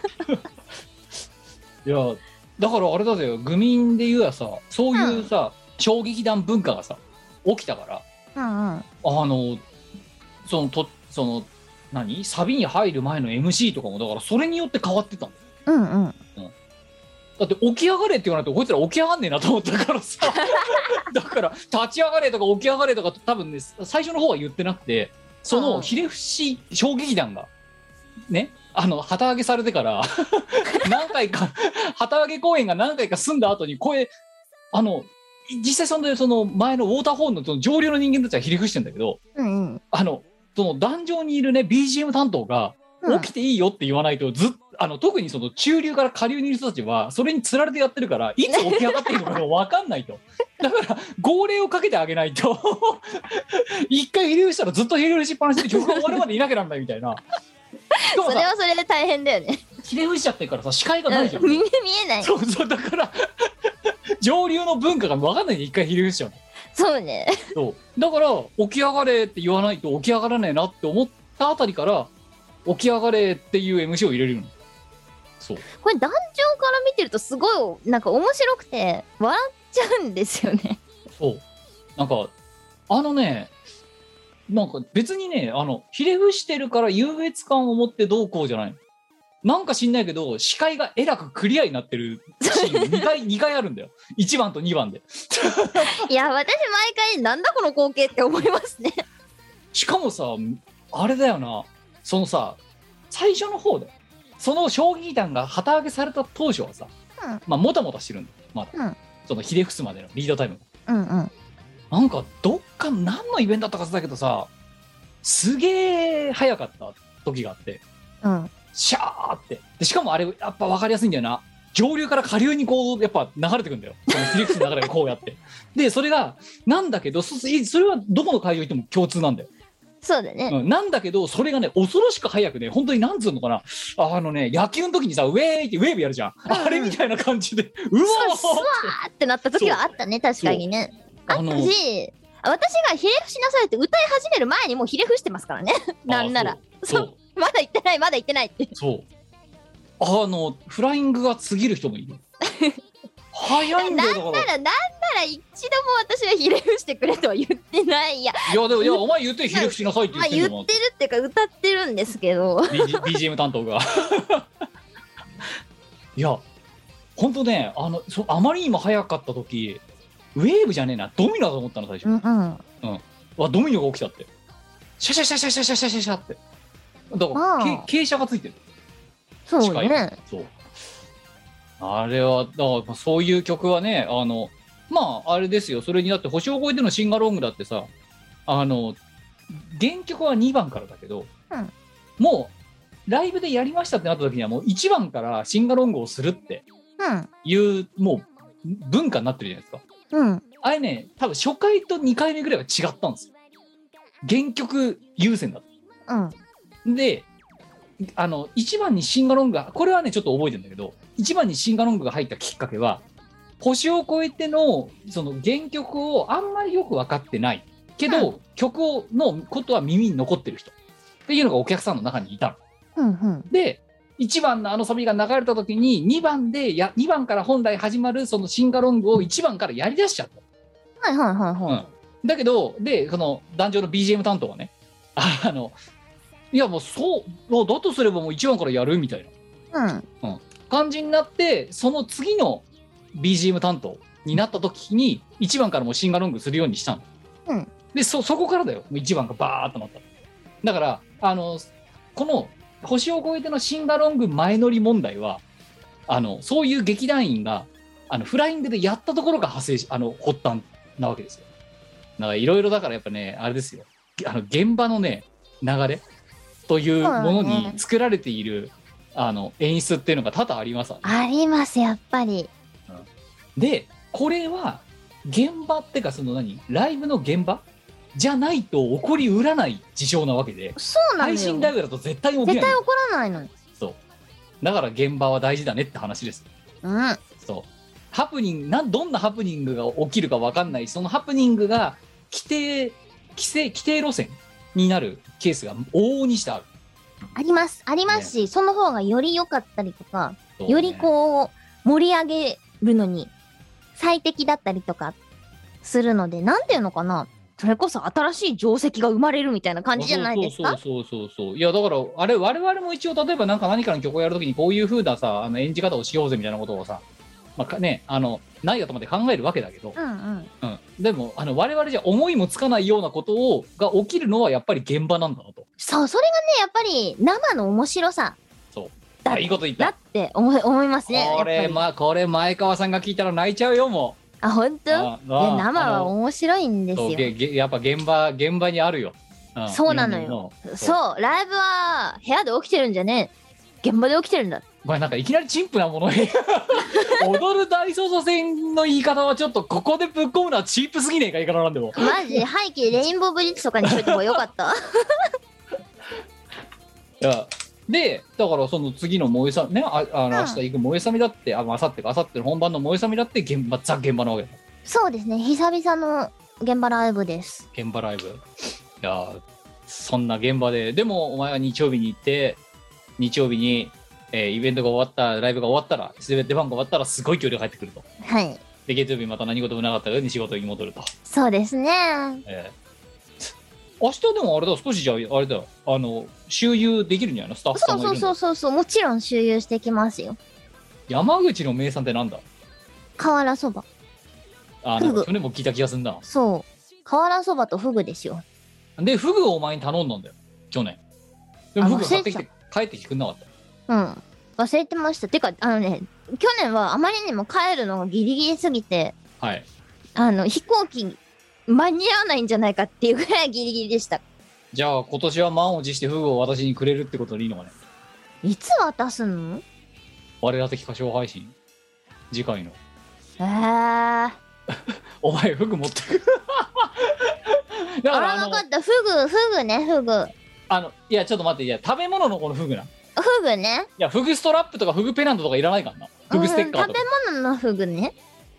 いやだからあれだぜ愚民で言うやさそういうさ、うん、小劇団文化がさ起きたからうんうんあのそのとその何サビに入る前の エムシー とかもだからそれによって変わってたんだよ。 うんうん、 だって起き上がれって言わないとこいつら起き上がんねえなと思ったからさだから立ち上がれとか起き上がれとか多分ね最初の方は言ってなくてそのひれ伏し小劇団がねあの旗揚げされてから何回か旗揚げ公演が何回か済んだ後に声あの実際そのその前のウォーターホーン の, その上流の人間たちはひれ伏してんだけど、 うんうん、 あのその壇上にいるね ビージーエム 担当が起きていいよって言わないとずっあの特にその中流から下流にいる人たちはそれにつられてやってるからいつ起き上がっていいのか分かんないとだから号令をかけてあげないと一回ひれ伏したらずっとひれ伏しっぱなしで曲が終わるまでいなきゃなんないみたいなそれはそれで大変だよね。 ひれ伏しちゃってるからさ視界がないじゃん、 うん、見えない。 そうそうだから上流の文化が分かんないで一回ひれ伏しちゃうの。 そうね。 そうだから起き上がれって言わないと起き上がらねえなって思ったあたりから起き上がれっていう エムシー を入れるの。そうこれ壇上から見てるとすごいなんか面白くて笑っちゃうんですよね。 そうなんかあのねなんか別にねあのひれ伏してるから優越感を持ってどうこうじゃない。なんか知んないけど視界がえらくクリアになってるシーンにかいにかいあるんだよ。いちばんとにばんで。 いや私毎回なんだこの光景って思いますね。 しかもさあれだよな、そのさ最初の方でその将棋団が旗揚げされた当初はさ、うん、まあもたもたしてるんだよまだ、うん、そのひれ伏すまでのリードタイム、うんうん、なんかどっか何のイベントだったかだけどさすげえ早かった時があって、うん、シャーってでしかもあれやっぱ分かりやすいんだよな。上流から下流にこうやっぱ流れてくんだよ、そのひれ伏す流れがこうやってでそれがなんだけど そ, それはどこの会場行っても共通なんだよ。 そうだね、 うん、なんだけどそれがね恐ろしく早くね本当になんつうのかなあのね野球の時にさウェーイってウェーブやるじゃん、うんうん、あれみたいな感じでうわースワーってなった時はあったね。確かにねあったし、私がひれ伏しなさいって歌い始める前にもうひれ伏してますからねなんならそうそうまだ行ってないまだ行ってないってそうあのフライングが過ぎる人もいる早いんだよだから。なんならなんなら一度も私はひれ伏してくれとは言ってないや。 いやでもいやお前言ってひれ伏しなさいって言ってるの、まあ、言ってるっていうか歌ってるんですけどビージーエム 担当がいやほんとねあのそあまりにも早かった時ウェーブじゃねえなドミノだと思ったの最初。うんうん、うん、わドミノが起きたってシャシャシャシャシャシャシャシャシャってだから傾斜がついてる。 そうね。 そうあれはだからそういう曲はねあのまああれですよ。それにだって星を越えてのシンガロングだってさあの原曲はにばんからだけど、うん、もうライブでやりましたってなった時にはもういちばんからシンガロングをするっていう、うん、もう文化になってるじゃないですか、うん、あれね多分初回とにかいめぐらいは違ったんですよ。原曲優先だった、うん、であのいちばんにシンガロングがこれはねちょっと覚えてるんだけどいちばんにシンガロングが入ったきっかけは星を越えてのその原曲をあんまりよく分かってないけど、うん、曲をのことは耳に残ってる人っていうのがお客さんの中にいたの、うんうん、でいちばんのあのサビが流れた時ににばんでやにばんから本来始まるそのシンガロングをいちばんからやりだしちゃった。はいはいはいはい、うん、だけどでこの壇上の ビージーエム 担当はねあのいやもうそうだとすればもういちばんからやるみたいな、うんうん、感じになってその次の ビージーエム 担当になった時にいちばんからもうシンガロングするようにしたの、うん、で そ, そこからだよもういちばんがバーッとなった。だからあのこの星を越えてのシンガロング前乗り問題はあのそういう劇団員があのフライングでやったところが派生しあの発端なわけですよ。だからいろいろだからやっぱねあれですよあの現場のね流れというものに作られている、うん、あの演出っていうのが多々あります、ね、 ありますやっぱり、 うん、でこれは現場ってかその何ライブの現場じゃないと起こりうらない事象なわけでそうなのよ。 配信ライブだと絶対起きない絶対起こらないの。 そうだから現場は大事だねって話です、うん、そうハプニングなどんなハプニングが起きるか分かんないそのハプニングが規定規制規定路線になるケースが往々にしてある。 ありますありますし、ね、その方がより良かったりとか、ね、よりこう盛り上げるのに最適だったりとかするのでなんていうのかなそれこそ新しい定石が生まれるみたいな感じじゃないですか。 そうそうそうそうそういやだからあれ我々も一応例えばなんか何かの曲をやるときにこういう風なさあの演じ方をしようぜみたいなことをさまあねあのないやと思って考えるわけだけど、うんうんうん、でもあの我々じゃ思いもつかないようなことをが起きるのはやっぱり現場なんだなと。 そうそれがねやっぱり生の面白さそうだいいこと言っただって思い、思いますね。 これまあこれ前川さんが聞いたら泣いちゃうよもう。 あ本当？いや生は面白いんですよ。 やっぱ現場現場にあるよ、 うん、そうなのよ。そう、そうライブは部屋で起きてるんじゃねえ現場で起きてるんだ。 お前なんかいきなり陳腐なものに踊る大捜査線の言い方はちょっとここでぶっ込むのはチープすぎねえか言い方なんでもマジ背景レインボーブリッジとかにしといた方がよかったいやでだからその次の燃えさねああの明日行く燃えさみだって、うん、あ明後日か明後日の本番の燃えさみだって現場ザ現場なわけだ。 そうですね久々の現場ライブです。 現場ライブいやそんな現場ででもお前は日曜日に行って日曜日に、えー、イベントが終わったライブが終わったら出番が終わったらすごい距離が返ってくると。 はいで月曜日また何事もなかったように仕事に戻ると。 そうですね。 えー、明日でもあれだ、少しじゃああれだよ、あの周遊できるんじゃないの、スタッフさんそうもいるんだ。 そうそうそうそう、もちろん周遊してきますよ。 山口の名産ってなんだ。 瓦そば。 あ、なんか去年も聞いた気がすんな。 そう、瓦そばとフグですよ。 でフグをお前に頼んだんだよ去年。でもフグ買ってきて帰ってきてくんなかった。 うん、忘れてました。てかあのね、去年はあまりにも帰るのがギリギリすぎて、 はい、 あの飛行機間に合わないんじゃないかっていうぐらいギリギリでした。 じゃあ今年は満を持してフグを私にくれるってことでいいのかね。 いつ渡すの？ 我ら的歌唱配信次回の。 えーお前フグ持ってくだからあのあ、分かった。フグ、フグね、フグ。 あのいやちょっと待って、いや食べ物のこのフグな。いフグね。 やフグストラップとかフグペナントとかいらないからな。フグステッカーとか、 うん、食べ物のフグね。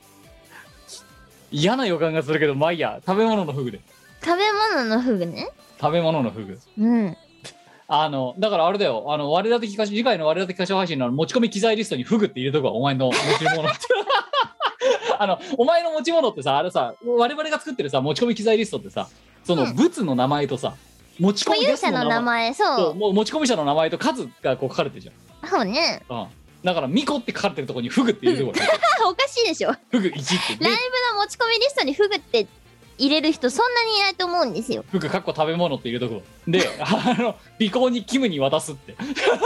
嫌な予感がするけどまあいいや、食べ物のフグで。 食べ物のフグね。 食べ物のフグ。 うんあのだからあれだよ、あの我ら的歌唱次回の我ら的歌唱配信の持ち込み機材リストにフグって入れとくわ、お前の持ち物ってあのお前の持ち物ってさ、あれさ、我々が作ってるさ持ち込み機材リストってさ、その物の名前とさ、持ち込み勇者の名前、そうそう、もう持ち込み者の名前と数がこう書かれてるじゃん。 そうね。 うん、だからミコって書かれてるところにフグって入れるところおかしいでしょ。 フグいちってライブの持ち込みリストにフグって入れる人そんなにいないと思うんですよ。 フグかっこ食べ物って入れとこうであの尾行にキムに渡すって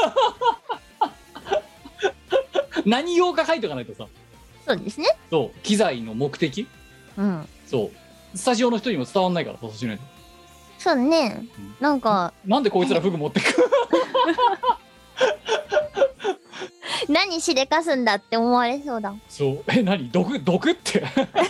何用か書いておかないとさ。 そうですね。 そう機材の目的、 うん、 そうスタジオの人にも伝わんないからそうしないと。 そうね、うん、なんかなんでこいつらフグ持ってく何しでかすんだって思われそうだ。 そうえ何毒毒って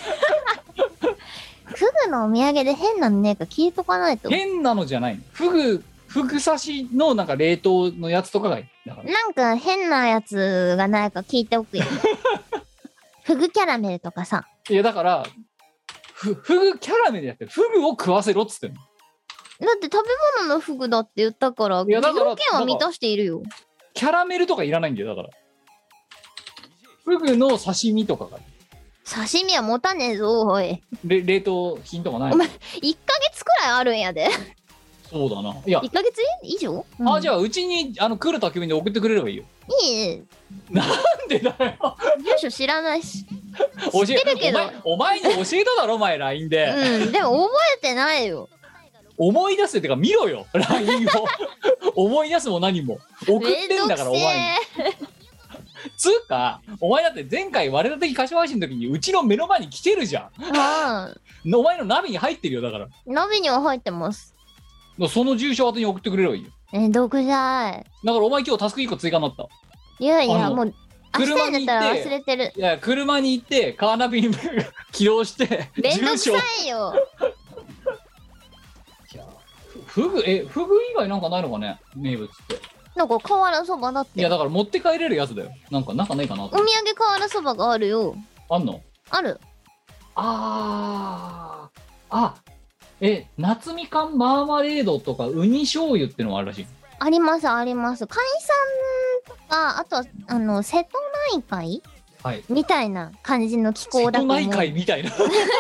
フグのお土産で変なのねえか聞いとかないと。 変なのじゃないの、フグフグ刺しのなんか冷凍のやつとかがいいだから。 なんか変なやつがないか聞いておくよフグキャラメルとかさ。 いやだからフフグキャラメルやってフグを食わせろっつってんの。 だって食べ物のフグだって言ったからいやだから条件は満たしているよ。 キャラメルとかいらないんだよだから。フグの刺身とかが刺身は持たねえぞおい。 れ冷凍品とかない。 お前いっかげつくらいあるんやでそうだな。いやいっかげつ以上、うん、 あじゃあうちにあの来る宅急便で送ってくれればいいよ。 いいね。 なんでだよ住所知らないし教え知ってるけどお前、お前に教えただろお前 ライン で。 うんでも覚えてないよ。 思い出すってか見ろよ ライン を思い出すも何も送ってんだからお前につうかお前だって前回我ら的歌唱配信の時にうちの目の前に来てるじゃん。 ああお前のナビに入ってるよだから。 ナビには入ってます。 その住所宛てに送ってくれればいいよ。 えー、どこじゃい。 だからお前今日タスクいっこ追加になった。 いやいやもう車に行ったら忘れてる。 いや車に行ってカーナビに起動してめんどくさいよいやフグえフグ以外なんかないのかね名物って。 なんか瓦そばだって。 いやだから持って帰れるやつだよ。なんかなんかないかなと。 お土産瓦そばがあるよ。 あんの？ ある。 あーあえ夏みかんマーマレードとかウニ醤油ってのもあるらしい。 ありますあります。海産とかあとあの瀬戸内海、はい、みたいな感じの気候だと思う。 瀬戸内海みたいな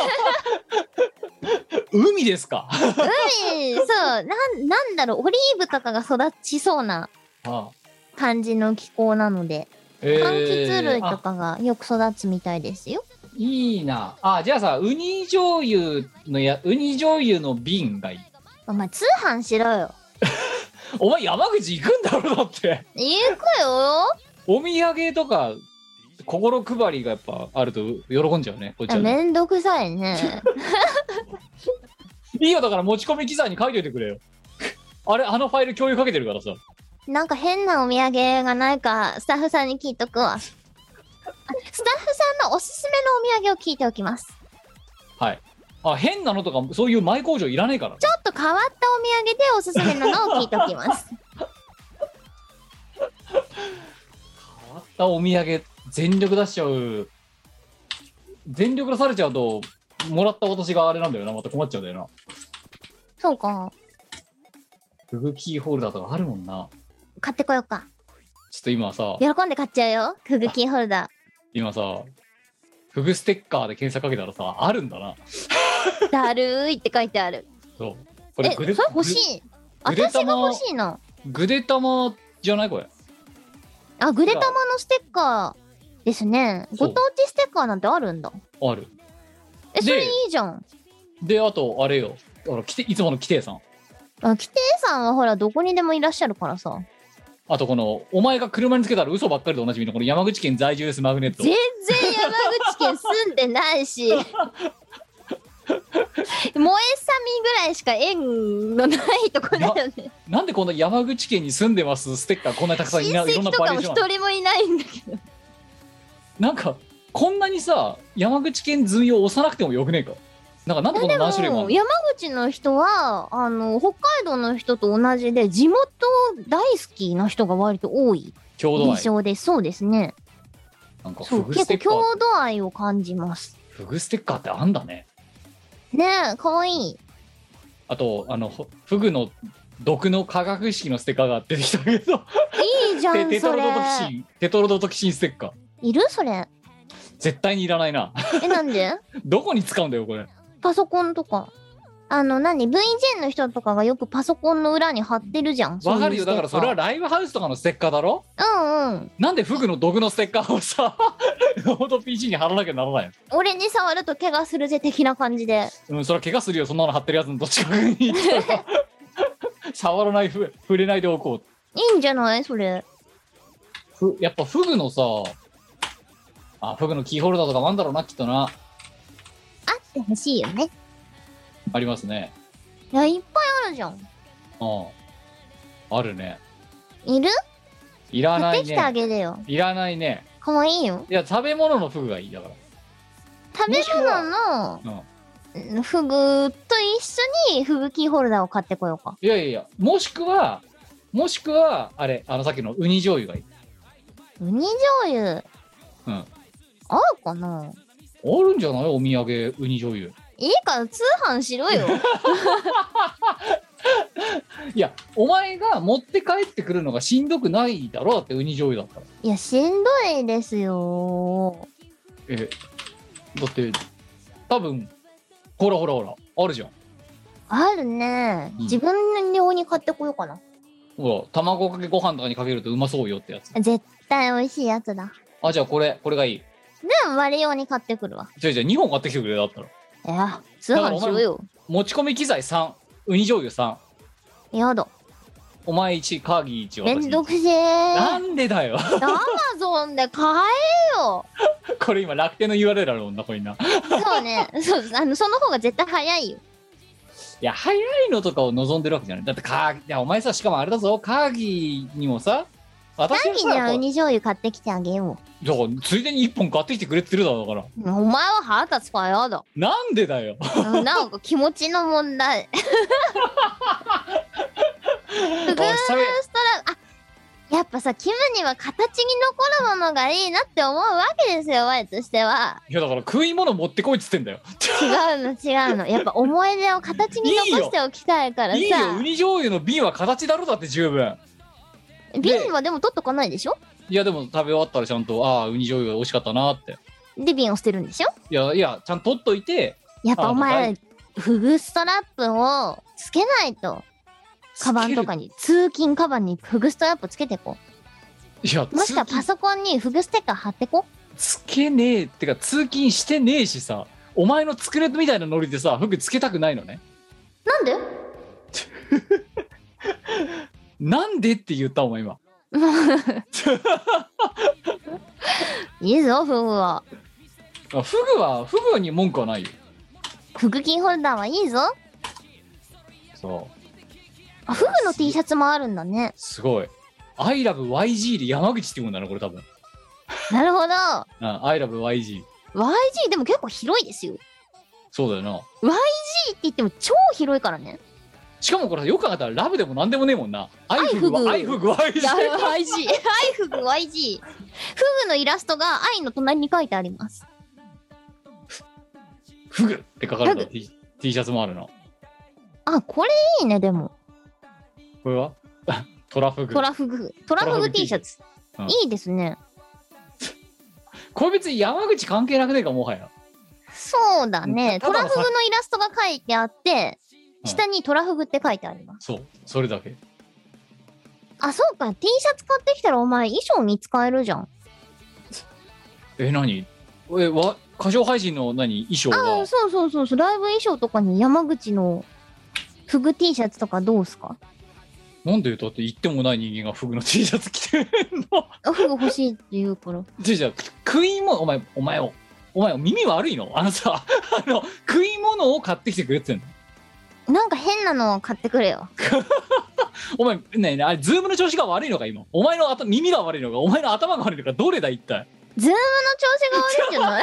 海ですか海そうなんなんだろうオリーブとかが育ちそうな感じの気候なので、柑橘類とかがよく育つみたいですよ。 いいなあ。じゃあさウニ醤油のやウニ醤油の瓶がいい。 お前通販しろよお前山口行くんだろだって行くよ。 お土産とか心配りがやっぱあると喜んじゃうねこっちはね。 めんどくさいねいいよだから持ち込み機材に書いといてくれよあれあのファイル共有かけてるからさ。 なんか変なお土産がないかスタッフさんに聞いとくわスタッフさんのおすすめのお土産を聞いておきます。 はい。あ変なのとかそういう前工場いらないから。 ちょっと変わったお土産でおすすめなのを聞いておきます変わったお土産全力出しちゃう。全力出されちゃうともらった私があれなんだよな。また困っちゃうんだよな。 そうか。 フグキーホルダーとかあるもんな。 買ってこようか。 ちょっと今さ喜んで買っちゃうよフグキーホルダー。 今さフグステッカーで検索かけたらさ、あるんだな。 だるーいって書いてある。 そう。これえ、それグデ欲しい。 グデタマ私が欲しいな。 グデタマじゃないこれ。 あ、グデタマのステッカーですね。 そうご当地ステッカーなんてあるんだ。 ある。 え、 でそれいいじゃん。 で、あと、あれよ。あの、きていつものキテイさん。 あ、キテイさんはほら、どこにでもいらっしゃるからさ。 あと、この、お前が車につけたら嘘ばっかりでおなじみの、この山口県在住ですマグネット。 全然山口県住んでないし。萌えさみぐらいしか縁のないとこだよね。 なんでこんな山口県に住んでますステッカーこんなにたくさんいないろんな親戚とかもバリエーションある一人もいないんだけど。 なんか、こんなにさ、山口県済みを押さなくてもよくねえか。なんか、なんでこんな何種類もあるの。 山口の人はあの北海道の人と同じで地元大好きな人が割と多い郷土愛。 印象です。そうですね。 なんか、 そうフグステ結構ッカー。 郷土愛を感じます。 フグステッカーってあんだね。 ねえ、かわいい。 あと、あの、ほフグの毒の化学式のステッカーが出てきたけど、 いいじゃんそれテテトロドトキシン、テトロドトキシンステッカー。 いるそれ。 絶対にいらないな。 え、なんでどこに使うんだよ、これ。 パソコンとか。あの何 ブイジェー の人とかがよくパソコンの裏に貼ってるじゃん。 わかるよ。だからそれはラライブハウスとかのステッカーだろ。 うんうん。 なんでフグの毒のステッカーをさ、ノート ピーシー に貼らなきゃならない俺に触ると怪我するぜ的な感じで。 の。うん、それは怪我するよ、そんなの貼ってるやつのどっちかに行ったら触らない、ふ触れないでおこう。 いいんじゃないそれ。 ふやっぱフグのさ、あ、フグのキーホルダーとかもあんだろうな、きっとな。 あってほしいよね。 ありますね。 いや、いっぱいあるじゃん。 うん。あるね。 いるいらない買ってきてあね。 げるよ。 いらないね。 かわいいよ。 いや、食べ物のフグがいいだから。 食べ物のフグと一緒にフグキーホルダーを買ってこようか。 いやいやいや、もしくは、もしくは、あれ、あのさっきのウニ醤油がいい。 ウニ醤油。 うん。 あるかな。 あるんじゃないお土産、ウニ醤油。 いいから通販しろよ。 いや、お前が持って帰ってくるのがしんどくないだろだって、ウニ醤油だったら。 いや、しんどいですよ。 え、だって、多分、ほらほらほら、あるじゃん。 あるね。 うん自分用に買ってこようかな。 ほら、卵かけご飯とかにかけるとうまそうよってやつ。 絶対美味しいやつだ。 あ、じゃあこれ、これがいい。 でも割用に買ってくるわ。 じゃあじゃあにほん買ってきてくれだったら。 いや、通販しろよ。 持ち込み機材さん、ウニ醤油さん、 やだ。 お前いち、カーギーいち、 めん私どくせえ。 なんでだよ。 アマゾンで買えよ。 これ今楽天の ユーアールエル あるもんな、これな。 そうね。そう、あの、その方が絶対早いよ。 いや、早いのとかを望んでるわけじゃない。だってカーギー、いや、お前さ、しかもあれだぞ、カーギーにもさ、私何にはウはさ、 ニ醤油買ってきてあげよだからついでにいっぽん買ってきてくれってるだろ、だから。 う。お前は腹立つからやだ。 なんでだよ。 うんなんか気持ちの問題。フグストラあ、やっぱさ、キムには形に残るものがいいなって思うわけですよ、我としては。 いや、だから食い物持ってこいっつってんだよ。 違うの違うの。やっぱ思い出を形に残しておきたいからさ。 いいよ、ウニ醤油の瓶は形だろだって十分。 瓶はでも取っとかないでしょ。 いや、でも食べ終わったらちゃんと、ああ、ウニ醤油美味しかったなって。 で、瓶を捨てるんでしょ。 いや、いや、ちゃんと取っといて、 やっぱおあは前い、 フグストラップをつけないと。カバンとかに、通勤カバンにフグストラップつけてこいや、 う。もしくはパソコンにフグステッカー貼ってこつけねえってか通勤してねえしさ、お前の作れみたいなノリでさ服つけたくないのね。 う。なんでなんでって言ったお前今。 いいぞ、フグは。 あ、フグはフグに文句はないよ。 フグキーホルダーはいいぞ。 そうあ、フグの T シャツもあるんだね。 すごい。I love ワイジー で山口って言うんだなこれ多分。 なるほど。 うん、I love ワイジー。 ワイジー でも結構広いですよ。 そうだよな。 ワイジー って言っても超広いからね。 しかもこれよく考えたらラブでもなんでもねえもんな。アイフグはアイフグワイジー。 ワイジー。アイフグ ワイジー。フグのイラストが愛の隣に書いてあります。 フグって書かれた T, T シャツもあるな。 あ、これいいね、でも。 これはトラフグ。 トラフグ。トラフグ T シャツ。 うんいいですね。 これ別に山口関係なくねえかもはや。 そうだね。 ただのさトラフグのイラストが書いてあって、下にトラフグって書いてあります。 そう、それだけ。 あ、そうか。T シャツ買ってきたらお前衣装に使えるじゃん。 え、何え、わ、歌唱配信の何衣装が。 あ、そうそうそうそう。ライブ衣装とかに山口のフグ T シャツとかどうすか？ なんでだって言ってもない人間がフグの T シャツ着てるの。 あ、フグ欲しいって言うから。 じゃじゃ食い物、お前、お前を、お前耳悪いの？あのさ、あの、食い物を買ってきてくれって言ってんの。 なんか変なのを買ってくれよ。 お前、ねえねえ、あれ、ズームの調子が悪いのか、今。お前の頭耳が悪いのか、お前の頭が悪いのか、どれだ、一体。 ズームの調子が悪いんじゃない？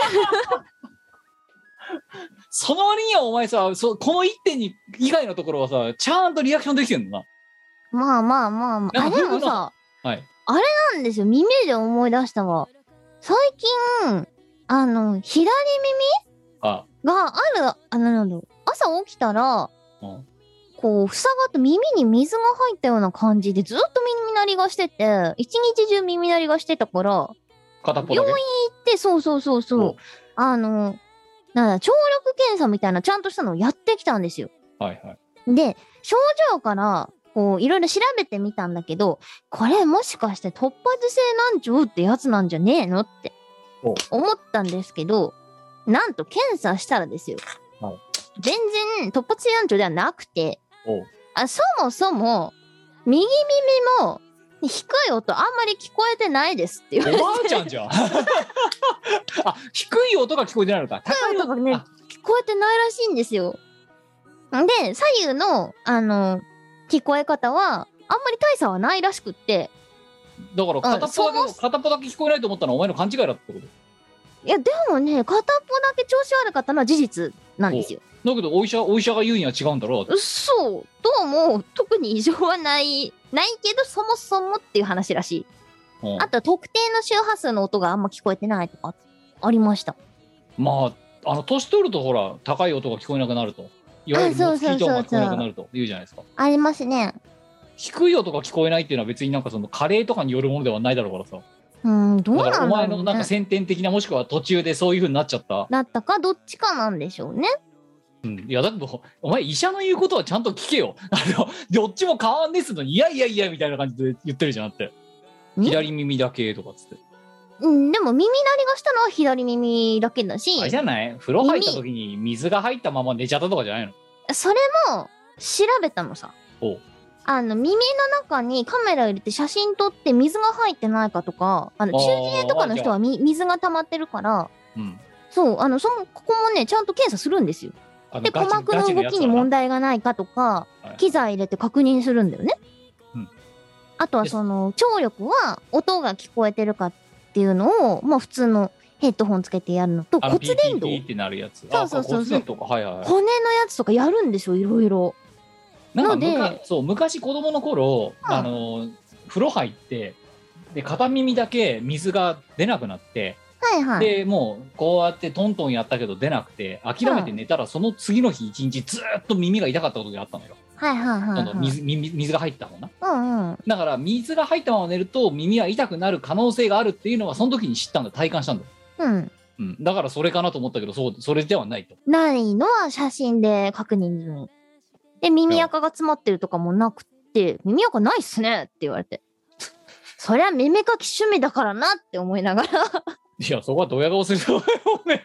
その割にはお前さ、そこの一点に以外のところはさ、ちゃんとリアクションできてんのな。 まあまあまあまあ。あ、でもさ、 はい。 あれなんですよ。耳で思い出したわ。最近、あの、左耳あがある、あの、なんだろう。朝起きたら、 うん、 こう、塞がって耳に水が入ったような感じでずっと耳鳴りがしてて、一日中耳鳴りがしてたから、 片っぽだけ病院行って、そうそうそうそう、あの、なんだ、聴力検査みたいなちゃんとしたのをやってきたんですよ。 はいはい。 で、症状から、こう、いろいろ調べてみたんだけど、これもしかして突発性難聴ってやつなんじゃねえのって思ったんですけど、なんと検査したらですよ。 はい、 全然突発性難聴ではなくて、あ、そもそも、右耳も低い音あんまり聞こえてないですって言われて。 おばあちゃんじゃん。あ、低い音が聞こえてないのか。 低い音がね、聞こえてないらしいんですよ。で、左右の、あの、聞こえ方は、あんまり大差はないらしくって。 だから片っぽだけ、片っぽだけ聞こえないと思ったのはお前の勘違いだってこと？ いや、でもね、片っぽだけ調子悪かったのは事実なんですよ。 だけど、お医者、お医者が言うには違うんだろう。 そう。どうも、特に異常はない、ないけど、そもそもっていう話らしい。うん、あと、特定の周波数の音があんま聞こえてないとか、ありました。 まあ、あの、年取るとほら、高い音が聞こえなくなると。いわゆるモスキート音が聞こえなくなると言うじゃないですか。 ありますね。 低い音が聞こえないっていうのは別になんかその加齢とかによるものではないだろうからさ。 うん、どうなんだろうね。だからお前のなんか先天的なもしくは途中でそういう風になっちゃった。 なったかどっちかなんでしょうね。 うん、いやだけどお前医者の言うことはちゃんと聞けよ。あのどっちも変わんですのにいやいやいやみたいな感じで言ってるじゃんって。左耳だけとかっつって。 うん、でも耳鳴りがしたのは左耳だけだし。 あれじゃない？風呂入った時に水が入ったまま寝ちゃったとかじゃないの？ それも調べたのさ。 おあの耳の中にカメラ入れて写真撮って水が入ってないかとか、あの中耳炎とかの人はみ水が溜まってるから、うん、そうあのそのここもねちゃんと検査するんですよ。で鼓膜の動きに問題がないかとか、はい、機材入れて確認するんだよね。うん、あとはその聴力は音が聞こえてるかっていうのをまあ普通のヘッドホンつけてやるのと骨伝導。 ピーピーピーってなるやつ。 そうそうそうそう。 はいはいはい、 骨のやつとかやるんですよいろいろ。 なんかむかそう昔子供の頃、うん、あの風呂入ってで片耳だけ水が出なくなって、はいはい、でもうこうやってトントンやったけど出なくて諦めて寝たら、うん、その次の日一日ずっと耳が痛かったことがあったのよ。 はいはいはい、はい、 水, 水が入った方な、 うんうん、 だから水が入ったまま寝ると耳は痛くなる可能性があるっていうのはその時に知ったんだ、体感したんだ。 うんうん、だからそれかなと思ったけどそうそれではないと。 ないのは写真で確認済みで耳垢が詰まってるとかもなくて耳垢ないっすねって言われてそりゃ耳かき趣味だからなって思いながらいやそこはドヤ顔するよね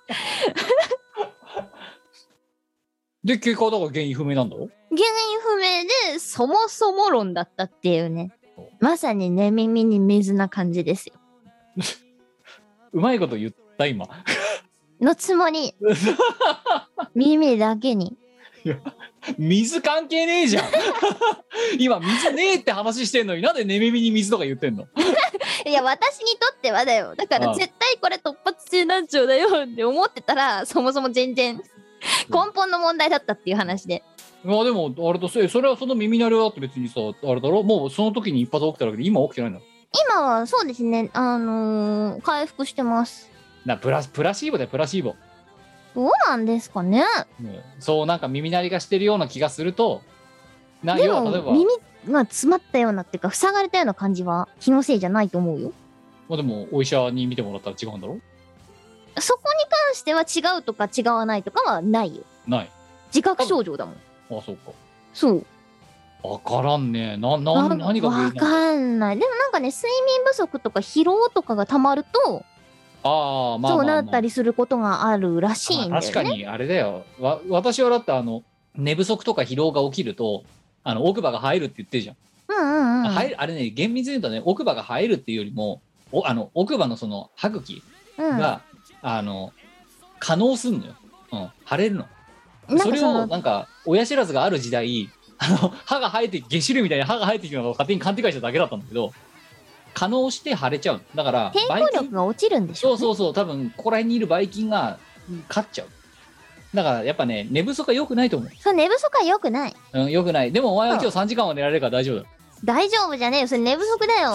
で結果はだから原因不明なんだろ。 原因不明でそもそも論だったっていうね、まさにね耳に水な感じですようまいこと言った今のつもり耳だけに。 いや水関係ねえじゃん今水ねえって話してんのになんで寝耳に水とか言ってんのいや私にとってはだよ。だから絶対これ突発性難聴だよって思ってたらそもそも全然根本の問題だったっていう話で。 いやでもあれとそれはその耳鳴りだって別にさあれだろ、もうその時に一発起きただけで今起きてないんだろ。 今はそうですね、あのー、回復してます。 なプラプラシーボだよプラシーボ。 どうなんですかね。 ねそうなんか耳鳴りがしてるような気がするとなでも耳が詰まったようなっていうか塞がれたような感じは気のせいじゃないと思うよ。 まあでもお医者に見てもらったら違うんだろ。 そこに関しては違うとか違わないとかはないよ。 ない。 自覚症状だもん。 あ、そうか。 そう。 わからんね。な、な、何が原因わかんない。でもなんかね、睡眠不足とか疲労とかがたまると、 ああ、まあまあ、まあ、 そうなったりすることがあるらしいんだよね。 確かにあれだよ。わ、私はだってあの寝不足とか疲労が起きると、あの奥歯が生えるって言ってるじゃん。 うんうんうん。 生える、あれね、厳密に言うとね、奥歯が生えるっていうよりも、お、あの奥歯のその歯茎が、うん、あの可能すんのよ。うん、腫れるの。それをなんか親知らずがある時代、あの歯が生えて下種類みたいな歯が生えてきるのが勝手に勘違いしただけだったんだけど、可能して腫れちゃう。だから抵抗力が落ちるんでしょうね。 そうそうそう、多分ここら辺にいるばい菌が勝っちゃう。だからやっぱね、寝不足は良くないと思う。 そう、寝不足は良くない。 うん、良くない。でもお前は今日さんじかんは寝られるから大丈夫だ。 大丈夫じゃねえよ、それ寝不足だよ。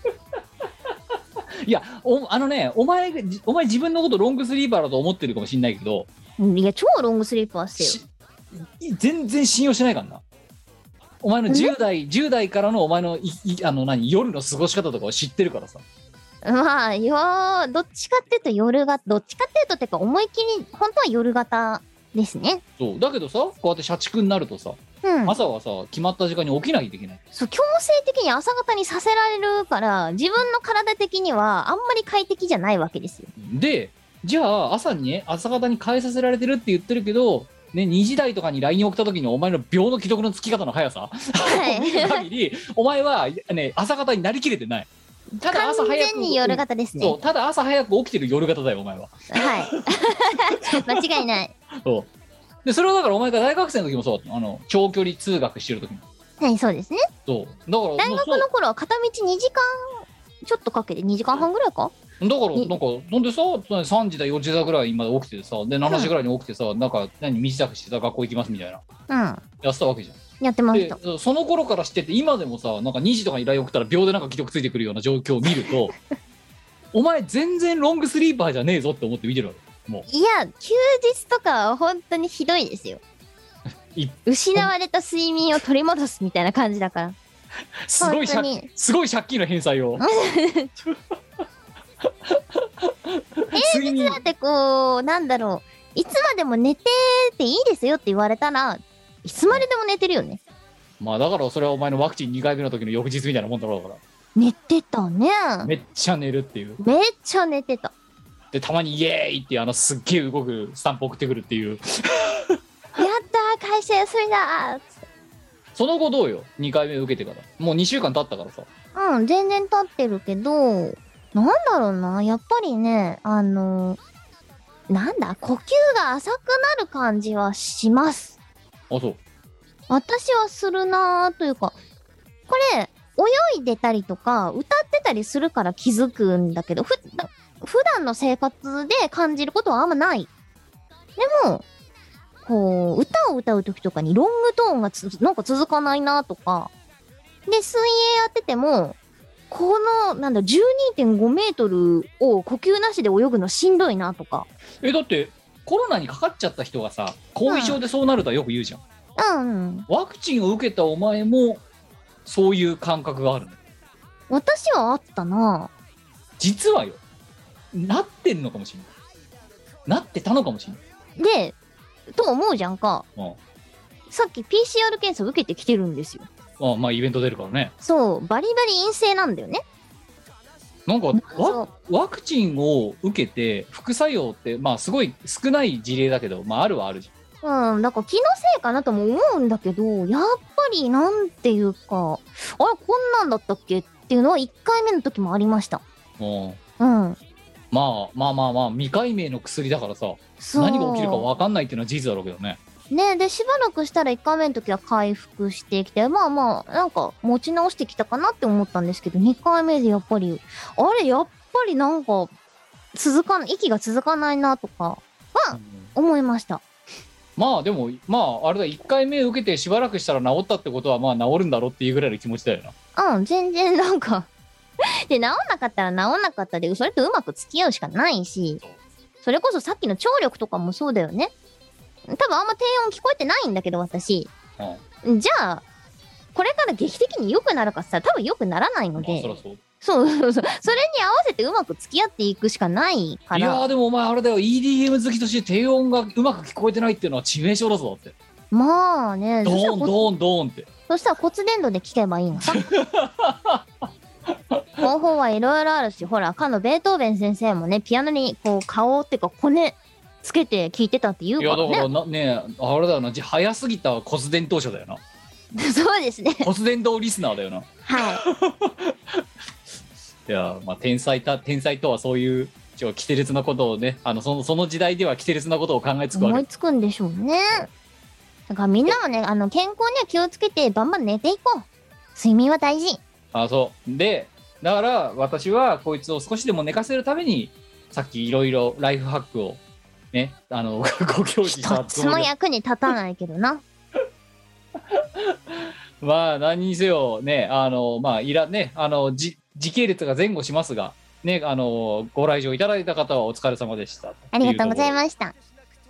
いや、おあのね、お前がお前自分のことロングスリーパーだと思ってるかもしんないけど、 いや超ロングスリーパーっすよ。 全然信用してないからな。お前のじゅう代じゅう代からのお前のいいあの何夜の過ごし方とかを知ってるからさ。 まあよー、どっちかっていうと夜型、どっちかっていうとってか思いっきり本当は夜型ですね。 そうだけどさ、こうやって社畜になるとさ、うん、朝はさ決まった時間に起きないといけない。 そう、強制的に朝方にさせられるから自分の体的にはあんまり快適じゃないわけですよ。 でじゃあ朝にね、朝方に変えさせられてるって言ってるけどね、にじ台とかに ライン 送った時にお前の秒の既読のつき方の速さ、はい、見る限りお前はね朝方になりきれてない。ただ朝早く、 完全に夜型ですね。 そう、ただ朝早く起きてる夜型だよお前は。 はい間違いない。 そうで、それはだからお前が大学生の時もそうだった。あの長距離通学してる時も。 はい、そうですね。 そうだから大学の頃は片道にじかんちょっとかけてにじかんはんぐらいか。 だからなんかなんでささんじだよじだぐらいまで起きててさ、でしちじぐらいに起きてさ、うん、なんか何身支度してさ学校行きますみたいな、うん、やってたわけじゃん。 やってました。 でその頃から知ってて、今でもさなんかにじとかに ライン 送ったら秒でなんか既読ついてくるような状況を見るとお前全然ロングスリーパーじゃねえぞって思って見てるわけ。もういや休日とかは本当にひどいですよ。失われた睡眠を取り戻すみたいな感じだからすごい借すごい借金の返済を平日だってこうなんだろう、いつまでも寝てていいですよって言われたらいつまででも寝てるよね。 まあだからそれはお前のワクチンにかいめの時の翌日みたいなもんだろうから。 寝てたね。 めっちゃ寝るっていう。 めっちゃ寝てた。 でたまにイエーイっていうあのすっげえ動くスタンプ送ってくるっていうやったー会社休みだーっつって。 その後どうよにかいめ受けてから。もうにしゅうかん経ったからさ。 うん全然経ってるけどなんだろうな、やっぱりね、あのー、なんだ、呼吸が浅くなる感じはします。 あ、そう。 私はするなーというか、これ、泳いでたりとか、歌ってたりするから気づくんだけど、ふ、普段の生活で感じることはあんまない。でも、こう、歌を歌う時とかにロングトーンがつ、なんか続かないなとか、で、水泳やってても、このなんだ じゅうにてんご メートルを呼吸なしで泳ぐのしんどいなとか。 えだってコロナにかかっちゃった人がさ後遺症でそうなるとはよく言うじゃん。うん、うん、ワクチンを受けたお前もそういう感覚があるの？ 私はあったな。 実はよなってんのかもしれない。なってたのかもしれない。 でと思うじゃんか、うん、さっき ピーシーアール 検査受けてきてるんですよ。 ああまあイベント出るからね。 そうバリバリ陰性なんだよね。 なんか ワ, ワクチンを受けて副作用ってまあすごい少ない事例だけど、まああるはあるじゃん。うんだから気のせいかなとも思うんだけど、やっぱりなんていうかあれこんなんだったっけっていうのはいっかいめの時もありました。うん、うん、 まあまあまあまあ未解明の薬だからさ何が起きるか分かんないっていうのは事実だろうけどね。ねでしばらくしたらいっかいめの時は回復してきてまあまあなんか持ち直してきたかなって思ったんですけど、にかいめでやっぱりあれやっぱりなんか続かない息が続かないなとかは思いました。 うん、まあでもまああれだいっかいめ受けてしばらくしたら治ったってことはまあ治るんだろうっていうぐらいの気持ちだよな。うん全然なんかで治んなかったら治んなかったでそれとうまく付き合うしかないし、それこそさっきの聴力とかもそうだよね。多分あんま低音聞こえてないんだけど私、うん、じゃあこれから劇的に良くなるかさ多分良くならないので、 まあ、そりゃそうそうそうそう。それに合わせてうまく付き合っていくしかないから。 いやーでもお前あれだよ、 イーディーエム 好きとして低音がうまく聞こえてないっていうのは致命傷だぞだって。 まあね。 ドーンドーンドーンって。 そしたら骨伝導で聞けばいいのさ。方法はいろいろあるし、ほら、かのベートーベン先生もね、ピアノにこう顔っていうか骨つけて聴いてたって言うからね。 いやだからなね、あれだよな、早すぎた骨伝導者だよな。 そうですね。 骨伝導リスナーだよな。 はい。 いや、まあ天才た天才とはそういうちょ規定列なことをね、あのそのその時代では規定列なことを考えつくわけ。 思いつくんでしょうね。だからみんなもね、あの健康には気をつけてバンバン寝ていこう。睡眠は大事。 あ、そうで、だから私はこいつを少しでも寝かせるためにさっきいろいろライフハックをね、あのご教示した一つも役に立たないけどな。 まあ何にせよね、あのまあいらね、あのじ時系列が前後しますがね、あのご来場いただいた方はお疲れ様でした。 ありがとうございました。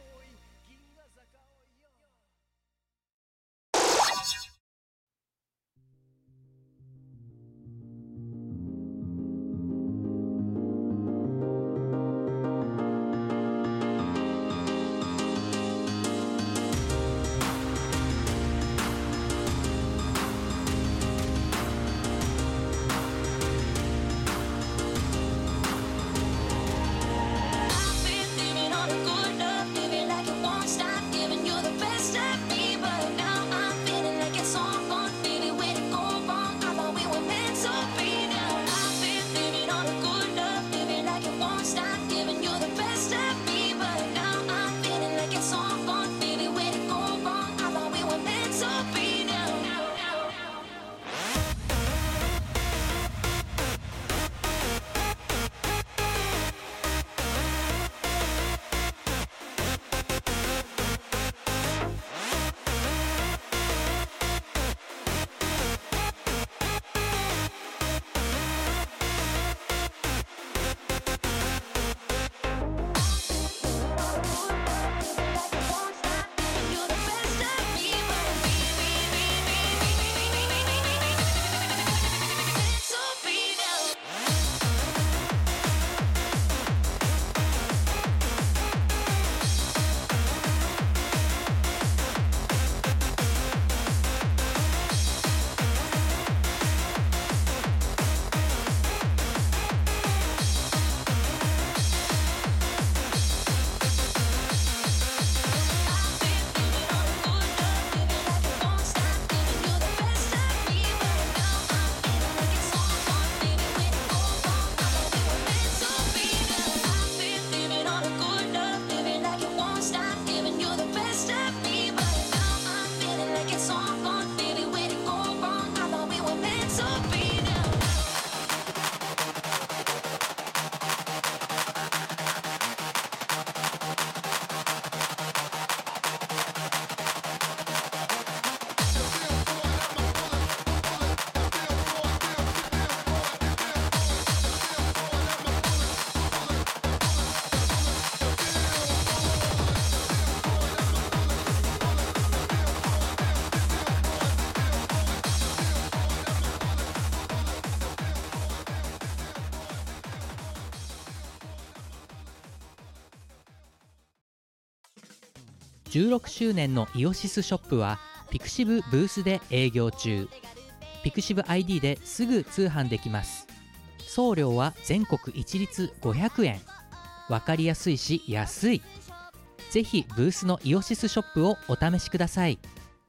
じゅうろくしゅうねんのイオシスショップはピクシブブースで営業中。ピクシブ アイディー ですぐ通販できます。送料は全国一律ごひゃくえん。わかりやすいし安い。ぜひブースのイオシスショップをお試しください。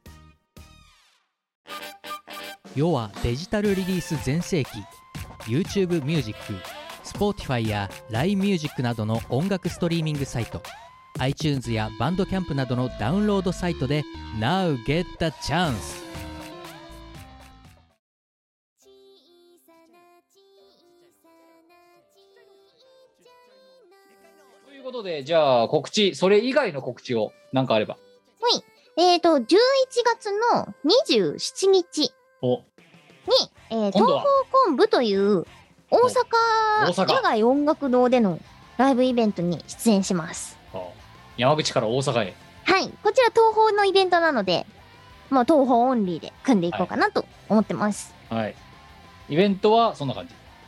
世はデジタルリリース全盛期。 YouTube ミュージック、Spotify や ライン ミュージックなどの音楽ストリーミングサイト、iTunes やバンドキャンプなどのダウンロードサイトで Now get the chance。 ということで、じゃあ告知、それ以外の告知を何かあれば。 はい。えーと、じゅういちがつのにじゅうしちにちに、えー、東方昆布という大阪野外音楽堂でのライブイベントに出演します。 山口から大阪へ。 はい。こちら東宝のイベントなので、もう東宝オンリーで組んでいこうかなと思ってます。 はい。はい、イベントはそんな感じ。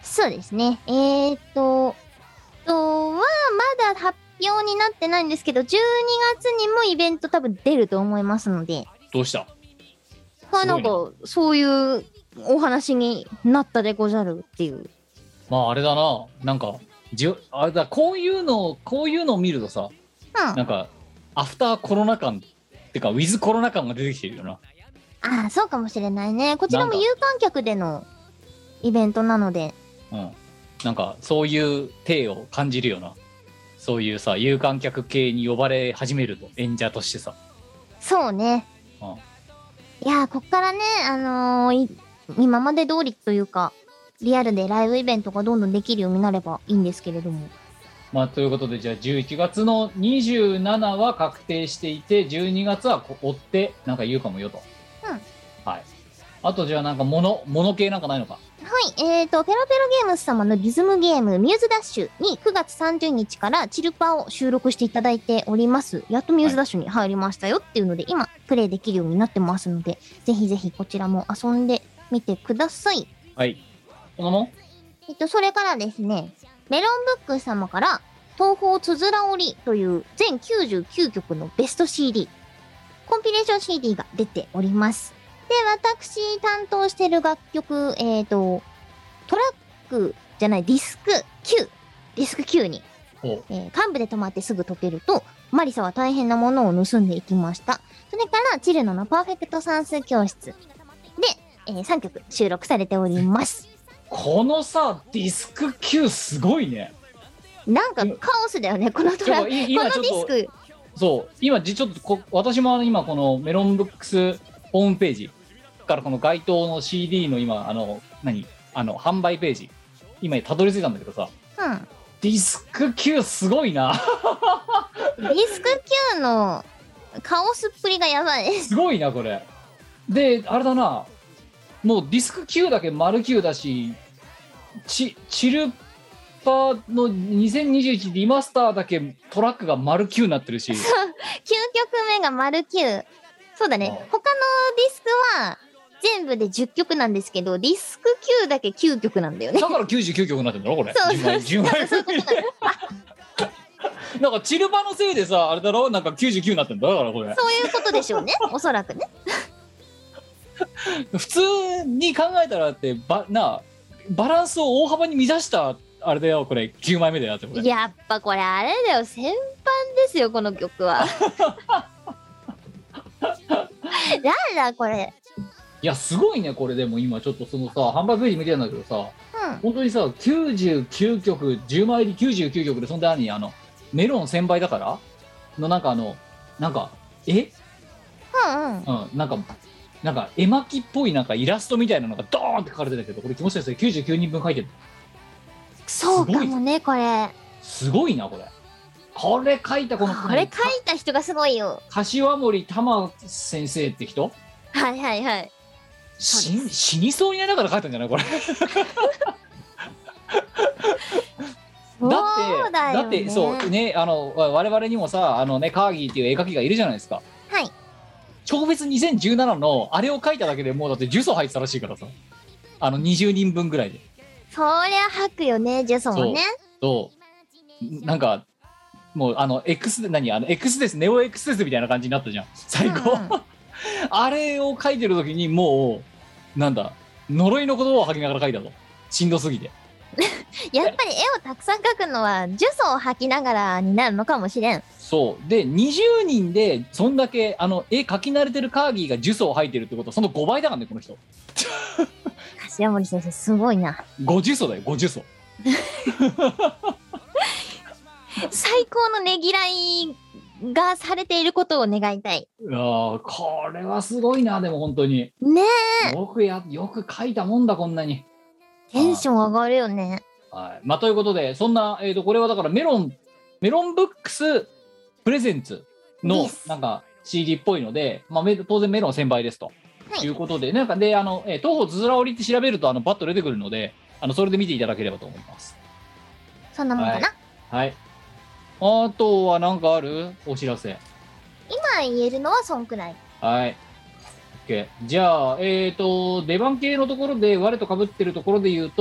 そうですね。えーっと、とはまだ発表になってないんですけど、じゅうにがつにもイベント多分出ると思いますので。 どうした？ まあなんか、そういうお話になったでござるっていう。 まああれだな、なんか、じゅあれだ、こういうの、こういうのを見るとさ、 うん。 なんか、アフターコロナ感ってか、ウィズコロナ感が出てきてるよな。 ああ、そうかもしれないね。こちらも有観客でのイベントなので。 うん。なんか、そういう体を感じるよな。そういうさ、有観客系に呼ばれ始めると、演者としてさ。 そうね。 うん。 いやー、こっからね、あのー、今まで通りというか、リアルでライブイベントがどんどんできるようになればいいんですけれども。 まあ、ということで、じゃあじゅういちがつのにじゅうしちは確定していて、じゅうにがつは追ってなんか言うかもよと。 うん。 はい。あとじゃあなんか物、物系なんかないのか。 はい、えーと、ペロペロゲームス様のリズムゲーム、ミューズダッシュにくがつさんじゅうにちからチルパを収録していただいております。やっとミューズダッシュに入りましたよっていうので、はい、今、プレイできるようになってますので、ぜひぜひこちらも遊んでみてください。 はい。このもえっと、それからですね、メロンブック様から、東方つづら折りという全きゅうじゅうきゅうきょくのベスト シーディー、コンピレーション シーディー が出ております。で、私担当してる楽曲、えっと、トラックじゃない、ディスクきゅう、ディスクきゅうに、えー、幹部で止まってすぐ解けると、マリサは大変なものを盗んでいきました。それから、チルノのパーフェクト算数教室で、えー、さんきょく収録されております。 このさ、ディスクきゅうすごいね。 なんかカオスだよね、このトラック。このディスク。 そう、今、ちょっとこ、私も今、このメロンブックスホームページからこの該当の シーディー の今、あの、何あの、販売ページ、今たどり着いたんだけどさ、 うん。 ディスクきゅうすごいな。 ディスクきゅうのカオスっぷりがやばい。 すごいな、これ。で、あれだな、もうディスクきゅうだけ丸きゅうだし、チ, チルパーのにせんにじゅういちリマスターだけトラックが丸きゅうになってるし、きゅうきょくめが丸きゅう。そうだね。他のディスクは全部でじゅっきょくなんですけど、ディスクきゅうだけきゅうきょくなんだよね。 だからきゅうじゅうきゅうきょくになってんだろこれ。 そうそうそう。 じゅうまいなんかチルパのせいでさ、あれだろ、なんかきゅうじゅうきゅうになってんだだからこれ。 そういうことでしょうね。おそらくね。 普通に考えたらってばなバランスを大幅に乱したあれだよこれきゅうまいめだよってこれ。 やっぱこれあれだよ、先般ですよこの曲は。なんだこれ。 いやすごいねこれ。でも今ちょっとそのさ販売ページ見てるんだけどさ、 うん、 本当にさきゅうじゅうきゅうきょくじゅうまい入りきゅうじゅうきゅうきょくで、そんで何あのメロンせんばいだからのなんかあのなんかえうんうん、 うん、なんかなんか絵巻っぽいなんかイラストみたいなのがドーンって書かれてたけど、これ気持ちいいですね。きゅうじゅうきゅうにんぶん書いてる。 そうかもねこれ。 すごいなこれ。これ書いたこのこれ書いた人がすごいよ。 柏森玉先生って人。 はいはいはい。 死, 死にそうになりながら書いたんじゃないこれ。だってだってそうね、あの我々にもさあのねカーギーっていう絵描きがいるじゃないですか。 はい。 超別にせんじゅうななのあれを書いただけでもうだって呪詛入ってたらしいからさ、あのにじゅうにんぶんぐらいで。 そりゃ吐くよね呪詛もね。 そうなんかもうあの X で何あの X ですネオ X ですみたいな感じになったじゃん最後、うんうん、あれを書いてる時にもうなんだ呪いの言葉を吐きながら書いたと。しんどすぎて。 やっぱり絵をたくさん描くのは呪詛を吐きながらになるのかもしれん。 そうでにじゅうにんでそんだけあの絵描き慣れてるカーギーが呪詛を吐いてるってことはそのごばいだからねこの人。 柏森先生すごいな。 ご呪詛だよご呪詛。 最高のねぎらいがされていることを願いたい。 いやこれはすごいな。でも本当にねえよくやよく書いたもんだこんなに。 テンション上がるよね。 はい、まあということでそんな、えーとこれはだからメロンメロンブックスプレゼンツのなんか シーディー っぽいので、まあ、当然メロンせんばいですと、はい、いうことでなんかであの、えー、東方つづら折りって調べるとあのバッと出てくるのであのそれで見ていただければと思います。 そんなもんかな。 はい、はい、あとは何かあるお知らせ。 今言えるのはそんくらい。 はい、OK。じゃあえっ、ー、と出番系のところで我と被ってるところで言うと、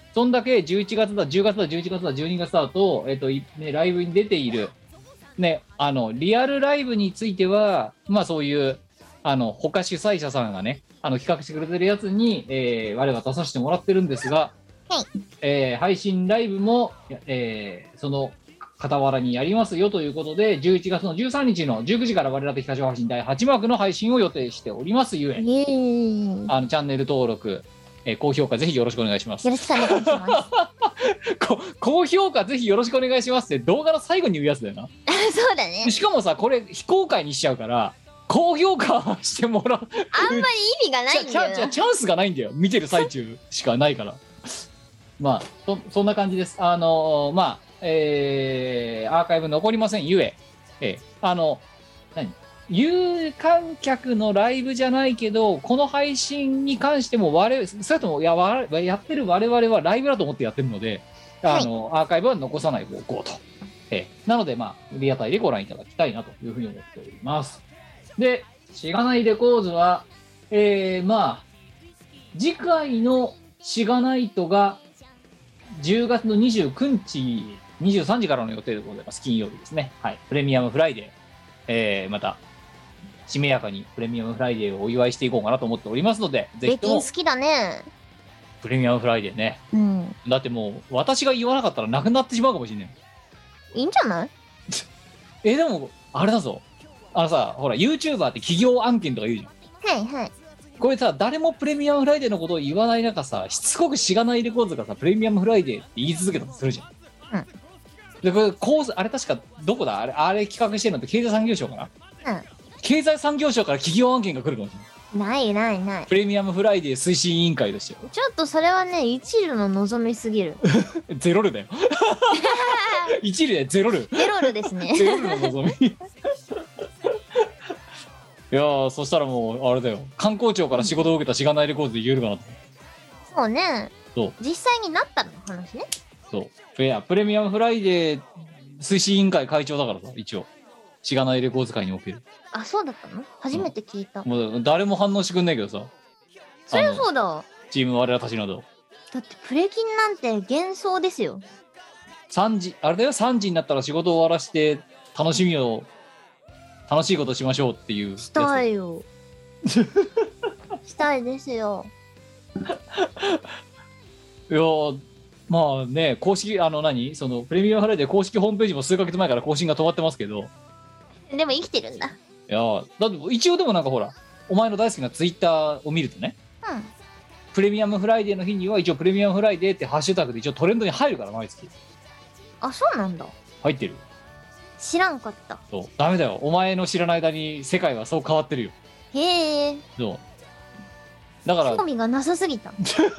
そんだけじゅういちがつだ、じゅうがつだ、じゅういちがつだ、じゅうにがつだと、えっと、ね、ライブに出ている、ね、あの、リアルライブについては、まあそういう、あの、他主催者さんがね、あの、企画してくれてるやつに、えー、我々出させてもらってるんですが、 はい、 えー、配信ライブも、えー、その傍らにやりますよということで、じゅういちがつのじゅうさんにちのじゅうくじから我ら的歌唱配信だいはち幕の配信を予定しておりますゆえ、 イエーイ。 あのチャンネル登録、えー、高評価ぜひよろしくお願いします。 よろしくお願いします高評価ぜひよろしくお願いしますって動画の最後に言うやつだよな。 そうだね。 しかもさ、これ非公開にしちゃうから高評価してもらうあんまり意味がないんだよな。 チャチャンスがないんだよ。見てる最中しかないからまあ そ, そんな感じです。あのー、まあ、えー、アーカイブ残りませんゆえ、えー、あの何有観客のライブじゃないけど、この配信に関しても我々、それともややってる我々はライブだと思ってやってるので、あの、はい、アーカイブは残さない方向と。えー、なので、まあ、リアタイでご覧いただきたいなというふうに思っております。で、しがないレコーズは、えー、まあ、次回のしがないとがじゅうがつのにじゅうくにち、にじゅうさんじからの予定でございます。金曜日ですね。はい。プレミアムフライデー、えー、また、しめやかにプレミアムフライデーをお祝いしていこうかなと思っておりますので、ぜひとも。 ベキン好きだね。 プレミアムフライデーね。 うん。 だってもう、私が言わなかったらなくなってしまうかもしれない。 いいんじゃないえ、でも、あれだぞ。あのさ、ほら、YouTuber って企業案件とか言うじゃん。 はいはい。これさ、誰もプレミアムフライデーのことを言わない中さ、しつこくしがないレコードがさ、プレミアムフライデーって言い続けたとするじゃん。うん。で、これ、コース、あれ確か、どこだあれ、あれ企画してるのって経済産業省かな。うん。経済産業省から企業案件が来るかもしれない。 ないないない。 プレミアムフライデー推進委員会としてちょっとそれはね、一縷の望みすぎる。 ゼロルだよ。一縷でゼロル。 ゼロルですね。 ゼロルの望み。いやー、そしたらもうあれだよ。観光庁から仕事を受けたしがないレコードで言えるかなと。 そうね。 そう。 実際になったの話ね。 そう。いや、プレミアムフライデー推進委員会会長だからさ、一応。しがないレコード界における。 あ、そうだったの？初めて聞いた。 もう誰も反応してくんないけどさ。 そりゃそうだ。 チーム我らたちなど。 だってプレキンなんて幻想ですよ。 さんじ、あれだよ、さんじになったら仕事を終わらして、楽しみを、楽しいことしましょうっていう。 したいよ。したいですよ。 いやまあね、公式、あの何その、プレミアムフライデー公式ホームページも数ヶ月前から更新が止まってますけど。 でも生きてるんだ。いやだって一応でもなんかほら、お前の大好きなツイッターを見るとね、うん、プレミアムフライデーの日には一応プレミアムフライデーってハッシュタグで一応トレンドに入るから毎月。 あ、そうなんだ。 入ってる。 知らんかった。 そう、ダメだよ。お前の知らない間に世界はそう変わってるよ。 へえ。 そう。だから興味がなさすぎた。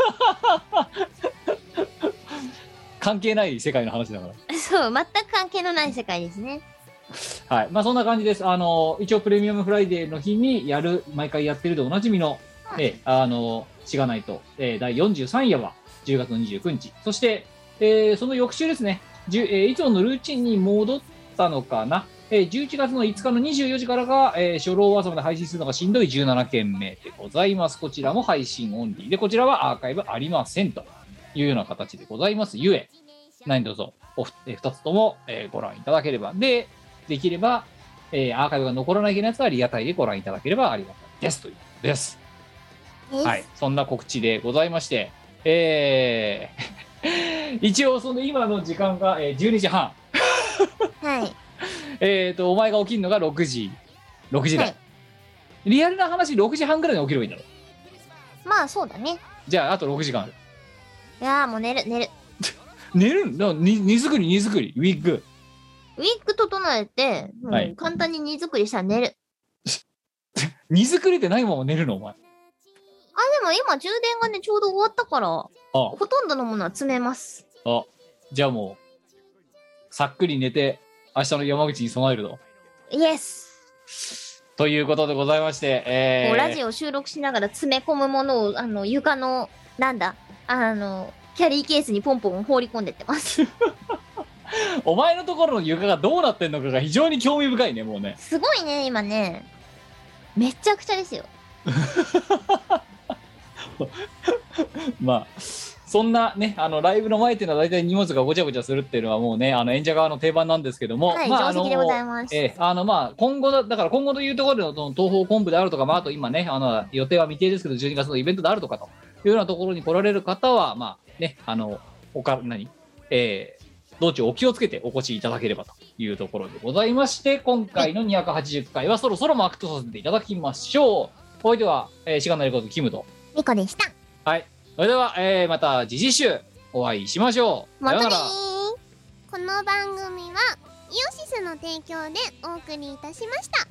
関係ない世界の話だから。 そう、全く関係のない世界ですね。 はい、まあそんな感じです。あの一応プレミアムフライデーの日にやる、毎回やってるでおなじみの、えあのしがないと、えー、だいよんじゅうさん夜はじゅうがつのにじゅうくにち、そして、えー、その翌週ですね、えー、いつものルーチンに戻ったのかな、えー、じゅういちがつのいつかのにじゅうよじからが、えー、初老朝まで配信するのがしんどいじゅうななけんめでございます。こちらも配信オンリーで、こちらはアーカイブありませんというような形でございますゆえ、何卒おふ、えー、ふたつとも、えー、ご覧いただければ、でできれば、えー、アーカイブが残らないようなやつはリアタイでご覧いただければありがたいですということです。はい、そんな告知でございまして、えー、一応その今の時間が、えー、じゅうにじはん。はい。えっとお前が起きるのがろくじ、ろくじ台。はい、リアルな話ろくじはんぐらいに起きればいいんだろ。 まあそうだね。 じゃああとろくじかんある。 いやーもう寝る寝る。 寝るんだ。荷荷造り荷造りウィッグ。 ウィッグ整えて、もう簡単に荷造りしたら寝る。 荷造りでないまま寝るのお前。あ、でも今充電がね、ちょうど終わったから、あほとんどのものは詰めます。 あ、じゃあもう、さっくり寝て、明日の山口に備えると。 イエスということでございまして、えー、 もうラジオ収録しながら詰め込むものを、あの、床の、なんだ、あの、キャリーケースにポンポン放り込んでってます。 お前のところの床がどうなってんのかが非常に興味深いね、もうね。 すごいね、今ね。めっちゃくちゃですよ。 まあ、 そんなね、あのライブの前っていうのは大体荷物がごちゃごちゃするっていうのはもうね、あの演者側の定番なんですけども、 はい、 まあ、あの定石でございます。 えーあのまあ今後だ、だから今後というところでの東方本部であるとか、まあ、あと今ね、あの予定は未定ですけど、じゅうにがつのイベントであるとかというようなところに来られる方は、まあね、あの、おか、何えー道中お気をつけてお越しいただければというところでございまして、今回のにひゃくはちじゅっかいはそろそろマークとさせていただきましょう。お相手は、えー、しがないことキムとミコでした。 はい。それでは、えー、また次次週お会いしましょう。 またねー。 この番組はイオシスの提供でお送りいたしました。